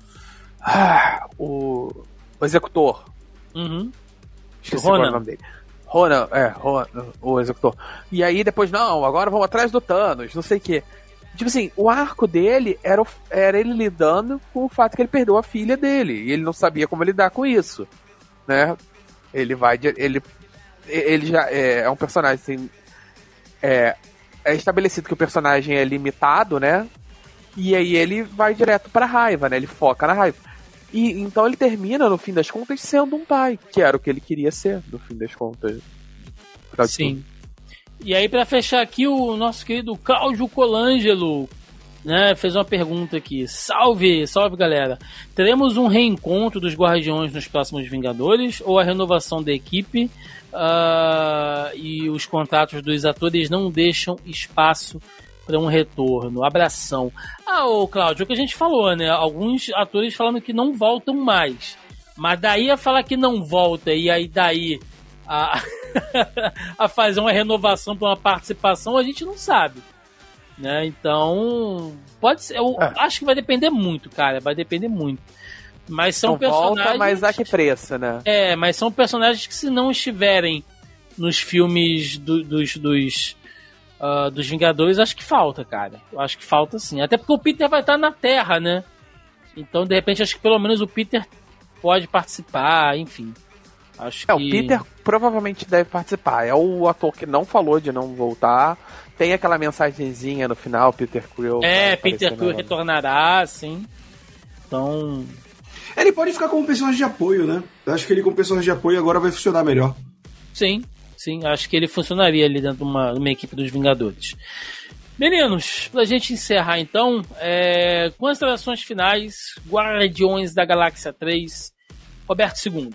o Executor. Uhum. Esqueci qual é o nome dele. Ronan, o Executor. E aí depois, não, agora vamos atrás do Thanos, não sei o quê. Tipo assim, o arco dele era ele lidando com o fato que ele perdeu a filha dele. E ele não sabia como lidar com isso, né? Ele já é um personagem assim... É estabelecido que o personagem é limitado, né? E aí ele vai direto pra raiva, né? Ele foca na raiva. E então ele termina, no fim das contas, sendo um pai, que era o que ele queria ser, no fim das contas. Sim. E aí, pra fechar aqui, o nosso querido Cláudio Colangelo, né, fez uma pergunta aqui. Salve, galera. Teremos um reencontro dos Guardiões nos próximos Vingadores ou a renovação da equipe e os contratos dos atores não deixam espaço para um retorno? Abração. Ô Cláudio, é o que a gente falou, né? Alguns atores falando que não voltam mais. Mas daí a falar que não volta e aí daí a fazer uma renovação para uma participação, a gente não sabe. Né? Então, pode ser. Eu acho que vai depender muito, cara. Vai depender muito. Mas são Não personagens... volta, mas a que preço, né? Mas são personagens que, se não estiverem nos filmes dos Vingadores, acho que falta, cara. Eu acho que falta sim. Até porque o Peter vai estar na Terra, né? Então, de repente, acho que pelo menos o Peter pode participar, enfim. Acho que... O Peter provavelmente deve participar. É o ator que não falou de não voltar. Tem aquela mensagenzinha no final, Peter Quill. Peter Quill retornará, sim. Então... Ele pode ficar como personagem de apoio, né? Eu acho que ele como personagem de apoio agora vai funcionar melhor. Sim, acho que ele funcionaria ali dentro de uma equipe dos Vingadores. Meninos, pra gente encerrar então, considerações finais, Guardiões da Galáxia 3, Roberto II.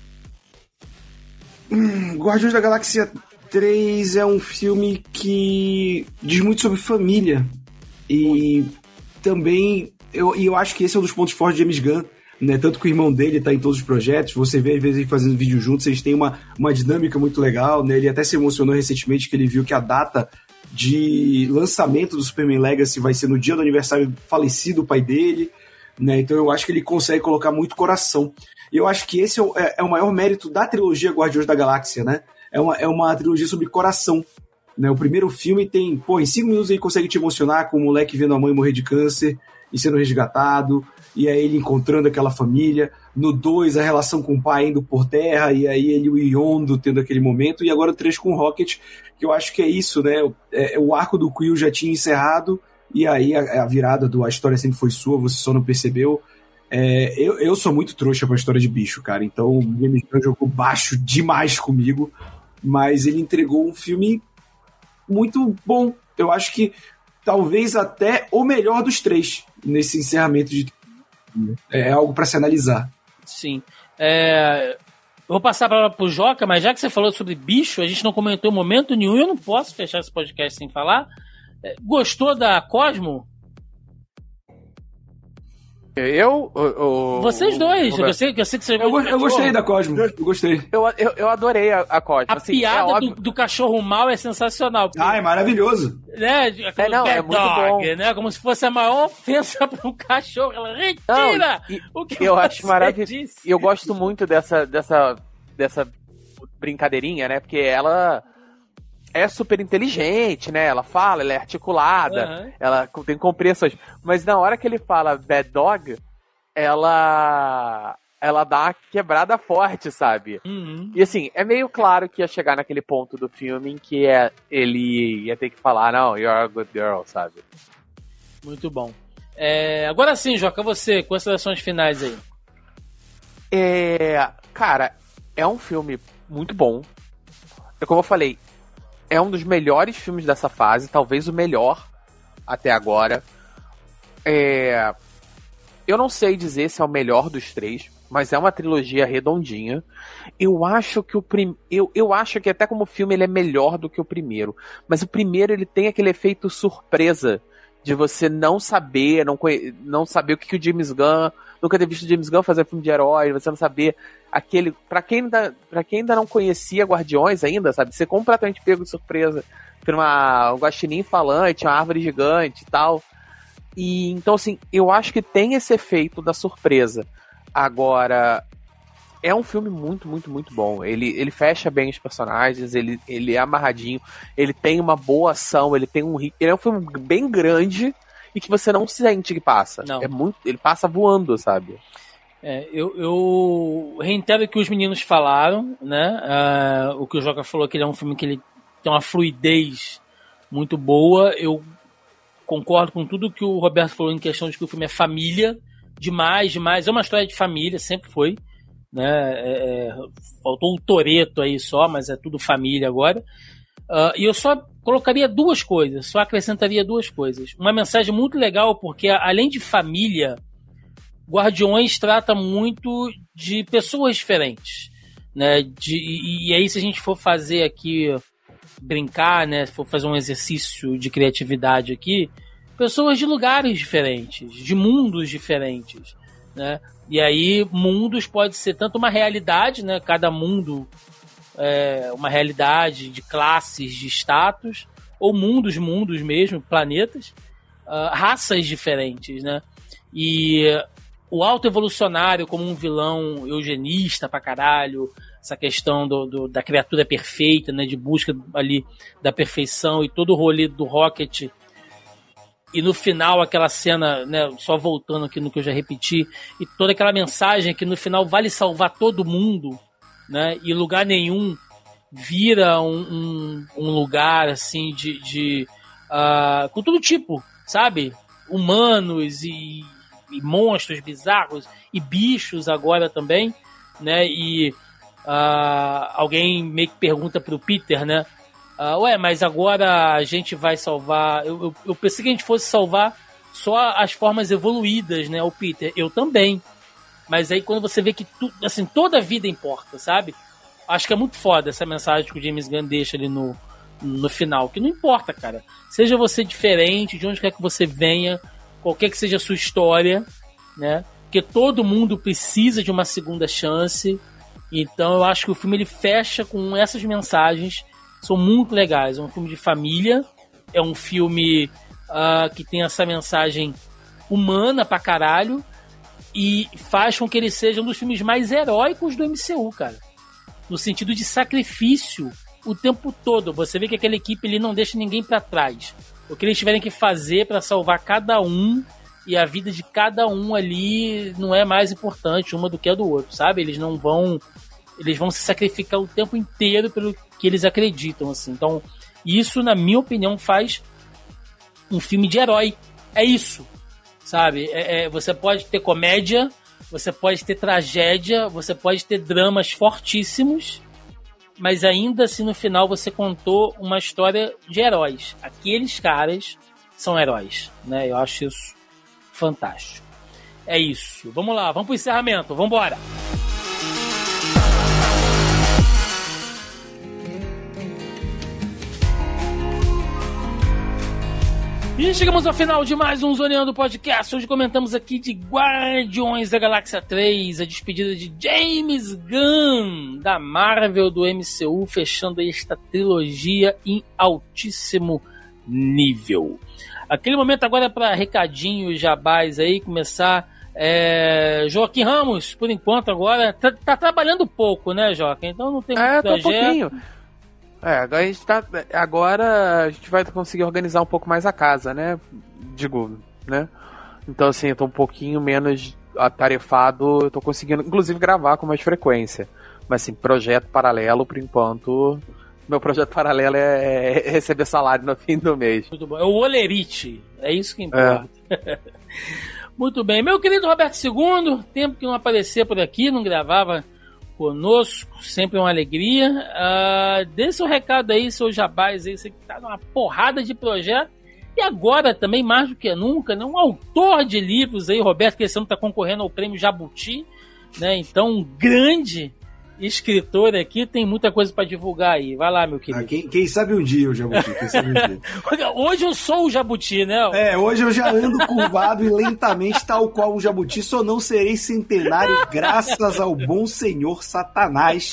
Guardiões da Galáxia 3 é um filme que diz muito sobre família. E também, eu acho que esse é um dos pontos fortes de James Gunn, né? Tanto que o irmão dele tá em todos os projetos, você vê às vezes eles fazendo vídeo juntos, eles têm uma dinâmica muito legal, né? Ele até se emocionou recentemente que ele viu que a data de lançamento do Superman Legacy vai ser no dia do aniversário falecido do pai dele, né? Então eu acho que ele consegue colocar muito coração. E eu acho que esse é o maior mérito da trilogia Guardiões da Galáxia, né? É uma trilogia sobre coração, né? O primeiro filme tem, em 5 minutos ele consegue te emocionar com o moleque vendo a mãe morrer de câncer e sendo resgatado, e aí ele encontrando aquela família. No 2, a relação com o pai indo por terra, e aí ele e o Yondo tendo aquele momento, e agora o 3 com o Rocket, que eu acho que é isso, né? O arco do Quill já tinha encerrado, e aí a virada a história sempre foi sua, você só não percebeu. Eu sou muito trouxa pra história de bicho, cara, então o James Gunn jogou baixo demais comigo, mas ele entregou um filme muito bom. Eu acho que talvez até o melhor dos 3 nesse encerramento de... É algo para se analisar. Sim. Eu vou passar a palavra pro Joca, mas já que você falou sobre bicho, a gente não comentou em momento nenhum, eu não posso fechar esse podcast sem falar. Gostou da Cosmo? Vocês dois. Eu sei que você eu gostei da Cosmo. Eu gostei. Eu adorei a Cosmo. A assim, piada do cachorro mal é sensacional. Porque, é maravilhoso. Né? É muito bom. Né? Como se fosse a maior ofensa para um cachorro. Ela retira o que eu acho maravilhoso. E eu gosto muito dessa brincadeirinha, né? Porque ela é super inteligente, né? Ela fala, ela é articulada, ela tem compreensões. Mas na hora que ele fala bad dog, ela dá uma quebrada forte, sabe? Uhum. E assim, é meio claro que ia chegar naquele ponto do filme em que ele ia ter que falar, não, you're a good girl, sabe? Muito bom. Agora sim, Joca, você, considerações finais aí. Cara, é um filme muito bom. Como eu falei, é um dos melhores filmes dessa fase, talvez o melhor até agora. Eu não sei dizer se é o melhor dos 3, mas é uma trilogia redondinha. Eu acho que eu acho que até como filme ele é melhor do que o primeiro. Mas o primeiro ele tem aquele efeito surpresa de você não saber o que o James Gunn, nunca ter visto o James Gunn fazer filme de herói, você não saber aquele, pra quem ainda não conhecia Guardiões ainda, sabe, ser completamente pego de surpresa por um guaxinim falante, uma árvore gigante e tal. E então assim, eu acho que tem esse efeito da surpresa. Agora, é um filme muito, muito, muito bom. Ele fecha bem os personagens, ele é amarradinho, ele tem uma boa ação, ele é um filme bem grande e que você não sente que passa. Não. Ele passa voando, sabe? Eu reitero o que os meninos falaram, né? O que o Joca falou, que ele é um filme que ele tem uma fluidez muito boa. Eu concordo com tudo que o Roberto falou em questão de que o filme é família, demais. É uma história de família, sempre foi, né? Faltou o Toretto aí só, mas é tudo família agora. E eu só colocaria só acrescentaria 2 coisas. Uma mensagem muito legal, porque além de família, Guardiões trata muito de pessoas diferentes, né? E aí, se a gente for fazer aqui, brincar, né? For fazer um exercício de criatividade aqui, pessoas de lugares diferentes, de mundos diferentes, né? E aí, mundos pode ser tanto uma realidade, né? Cada mundo é uma realidade de classes, de status, ou mundos mesmo, planetas, raças diferentes, né? E o autoevolucionário como um vilão eugenista pra caralho, essa questão da criatura perfeita, né, de busca ali da perfeição e todo o rolê do Rocket. E no final, aquela cena, né, só voltando aqui no que eu já repeti, e toda aquela mensagem que no final vale salvar todo mundo, né, e lugar nenhum vira um lugar, assim, com todo tipo, sabe? Humanos e monstros bizarros, e bichos agora também, né, e alguém meio que pergunta pro Peter, né, mas agora a gente vai salvar... Eu pensei que a gente fosse salvar só as formas evoluídas, né? O Peter, eu também. Mas aí quando você vê que assim, toda a vida importa, sabe? Acho que é muito foda essa mensagem que o James Gunn deixa ali no final. Que não importa, cara. Seja você diferente, de onde quer que você venha, qualquer que seja a sua história, né? Porque todo mundo precisa de uma segunda chance. Então eu acho que o filme ele fecha com essas mensagens. São muito legais. É um filme de família. É um filme que tem essa mensagem humana pra caralho. E faz com que ele seja um dos filmes mais heróicos do MCU, cara. No sentido de sacrifício o tempo todo. Você vê que aquela equipe ele não deixa ninguém pra trás. O que eles tiverem que fazer pra salvar cada um, e a vida de cada um ali não é mais importante uma do que a do outro, sabe? Eles vão se sacrificar o tempo inteiro pelo que eles acreditam, assim. Então, isso, na minha opinião, faz um filme de herói. É isso, sabe? Você pode ter comédia, você pode ter tragédia, você pode ter dramas fortíssimos, mas ainda assim, no final, você contou uma história de heróis. Aqueles caras são heróis, né? Eu acho isso fantástico. É isso. Vamos lá, vamos pro encerramento. Vamos embora. E chegamos ao final de mais um Zoneando Podcast. Hoje comentamos aqui de Guardiões da Galáxia 3, a despedida de James Gunn, da Marvel, do MCU, fechando esta trilogia em altíssimo nível. Aquele momento agora para recadinhos, jabás aí, começar. Joaquim Ramos, por enquanto agora, tá trabalhando pouco, né, Joaquim? Então não tem muito projeto. Um pouquinho. Agora a gente vai conseguir organizar um pouco mais a casa, né? Digo, né? Então, assim, eu tô um pouquinho menos atarefado, eu tô conseguindo, inclusive, gravar com mais frequência. Mas, assim, projeto paralelo, por enquanto, meu projeto paralelo é receber salário no fim do mês. Muito bom. É o Olerite, é isso que importa. Muito bem. Meu querido Roberto II, tempo que não aparecia por aqui, não gravava conosco, sempre uma alegria. Dê seu recado aí, seu jabás aí, você que tá numa porrada de projeto. E agora também, mais do que nunca, né, um autor de livros aí, Roberto, que esse ano tá concorrendo ao prêmio Jabuti, né? Então, um grande escritor aqui, tem muita coisa para divulgar aí. Vai lá, meu querido. Quem sabe um dia o Jabuti, quem sabe um dia. Hoje eu sou o Jabuti, né? Hoje eu já ando curvado e lentamente, tal qual um Jabuti, só não serei centenário graças ao bom senhor Satanás.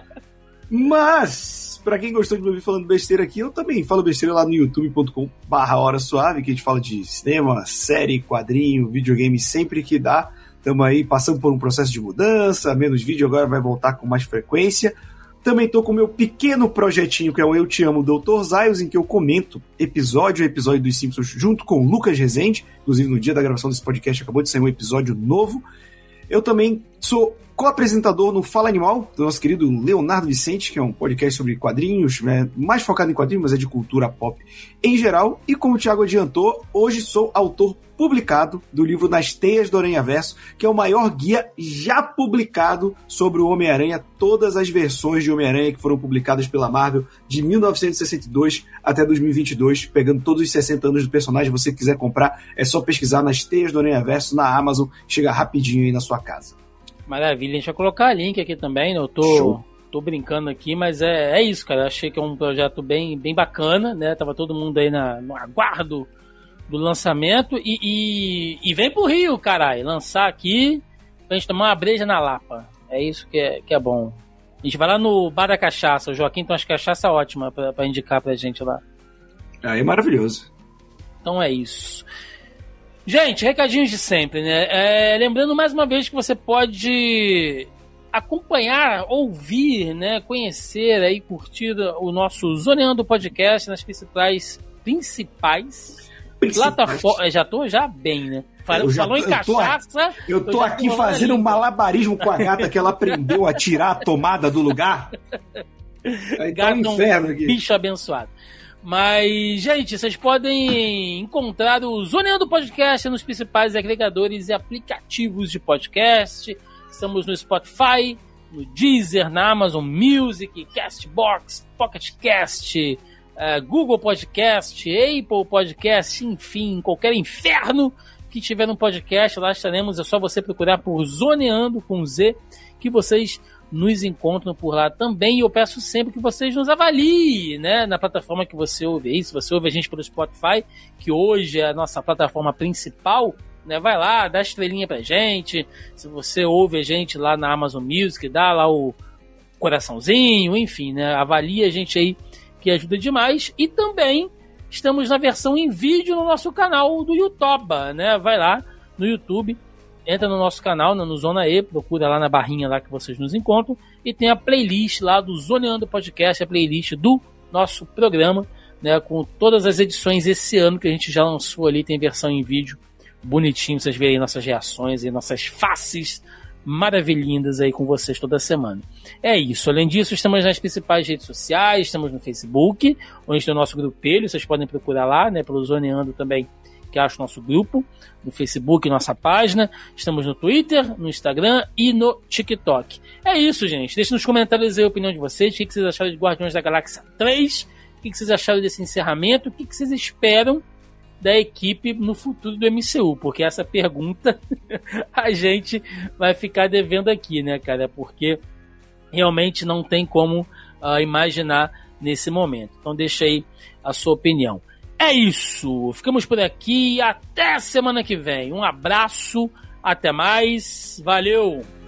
Mas, pra quem gostou de me ouvir falando besteira aqui, eu também falo besteira lá no youtube.com/Hora Suave, que a gente fala de cinema, série, quadrinho, videogame sempre que dá. Estamos aí passando por um processo de mudança, menos vídeo, agora vai voltar com mais frequência. Também estou com o meu pequeno projetinho, que é o Eu Te Amo, Dr. Zaios, em que eu comento episódio a episódio dos Simpsons junto com o Lucas Rezende. Inclusive, no dia da gravação desse podcast, acabou de sair um episódio novo. Eu também sou co-apresentador no Fala Animal, do nosso querido Leonardo Vicente, que é um podcast sobre quadrinhos, né, mais focado em quadrinhos, mas é de cultura pop em geral. E como o Thiago adiantou, hoje sou autor publicado do livro Nas Teias do Aranhaverso, que é o maior guia já publicado sobre o Homem-Aranha, todas as versões de Homem-Aranha que foram publicadas pela Marvel de 1962 até 2022, pegando todos os 60 anos do personagem. Se você quiser comprar, é só pesquisar Nas Teias do Aranhaverso na Amazon, chega rapidinho aí na sua casa. Maravilha, a gente vai colocar link aqui também, né? Eu tô brincando aqui, mas é isso, cara. Eu achei que é um projeto bem bacana, né? Tava todo mundo aí no aguardo do lançamento e vem pro Rio, caralho, lançar aqui pra gente tomar uma breja na Lapa. É isso que é bom. A gente vai lá no Bar da Cachaça, o Joaquim tem umas cachaças ótimas pra indicar pra gente lá. Aí é maravilhoso. Então é isso. Gente, recadinhos de sempre, né? Lembrando mais uma vez que você pode acompanhar, ouvir, né? Conhecer aí, curtir o nosso Zoneando Podcast nas principais plataformas. Já tô bem, né? Falou em cachaça. Eu tô aqui fazendo um malabarismo com a gata que ela aprendeu a tirar a tomada do lugar. Aí tá um inferno aqui. Bicho abençoado. Mas, gente, vocês podem encontrar o Zoneando Podcast nos principais agregadores e aplicativos de podcast. Estamos no Spotify, no Deezer, na Amazon Music, Castbox, Pocket Cast, Google Podcast, Apple Podcast, enfim, qualquer inferno que tiver no podcast, lá estaremos. É só você procurar por Zoneando com Z, que vocês nos encontram por lá também. E eu peço sempre que vocês nos avaliem, né, na plataforma que você ouve aí. Se você ouve a gente pelo Spotify, que hoje é a nossa plataforma principal, né, vai lá, dá estrelinha pra gente. Se você ouve a gente lá na Amazon Music, dá lá o coraçãozinho, enfim, né, avalia a gente aí, que ajuda demais. E também estamos na versão em vídeo no nosso canal do YouTube, né, vai lá no YouTube, entra no nosso canal, no Zona E, procura lá na barrinha lá que vocês nos encontram, e tem a playlist lá do Zoneando Podcast, a playlist do nosso programa, né, com todas as edições esse ano que a gente já lançou ali, tem versão em vídeo, bonitinho, vocês verem nossas reações e nossas faces maravilhindas aí com vocês toda semana. É isso, além disso, estamos nas principais redes sociais, estamos no Facebook, onde tem o nosso grupelho, vocês podem procurar lá, né, pelo Zoneando também, que acha o nosso grupo, no Facebook, nossa página. Estamos no Twitter, no Instagram e no TikTok. É isso, gente. Deixe nos comentários aí a opinião de vocês. O que vocês acharam de Guardiões da Galáxia 3? O que vocês acharam desse encerramento? O que vocês esperam da equipe no futuro do MCU? Porque essa pergunta a gente vai ficar devendo aqui, né, cara? Porque realmente não tem como imaginar nesse momento. Então deixa aí a sua opinião. É isso, ficamos por aqui, até semana que vem. Um abraço, até mais, valeu!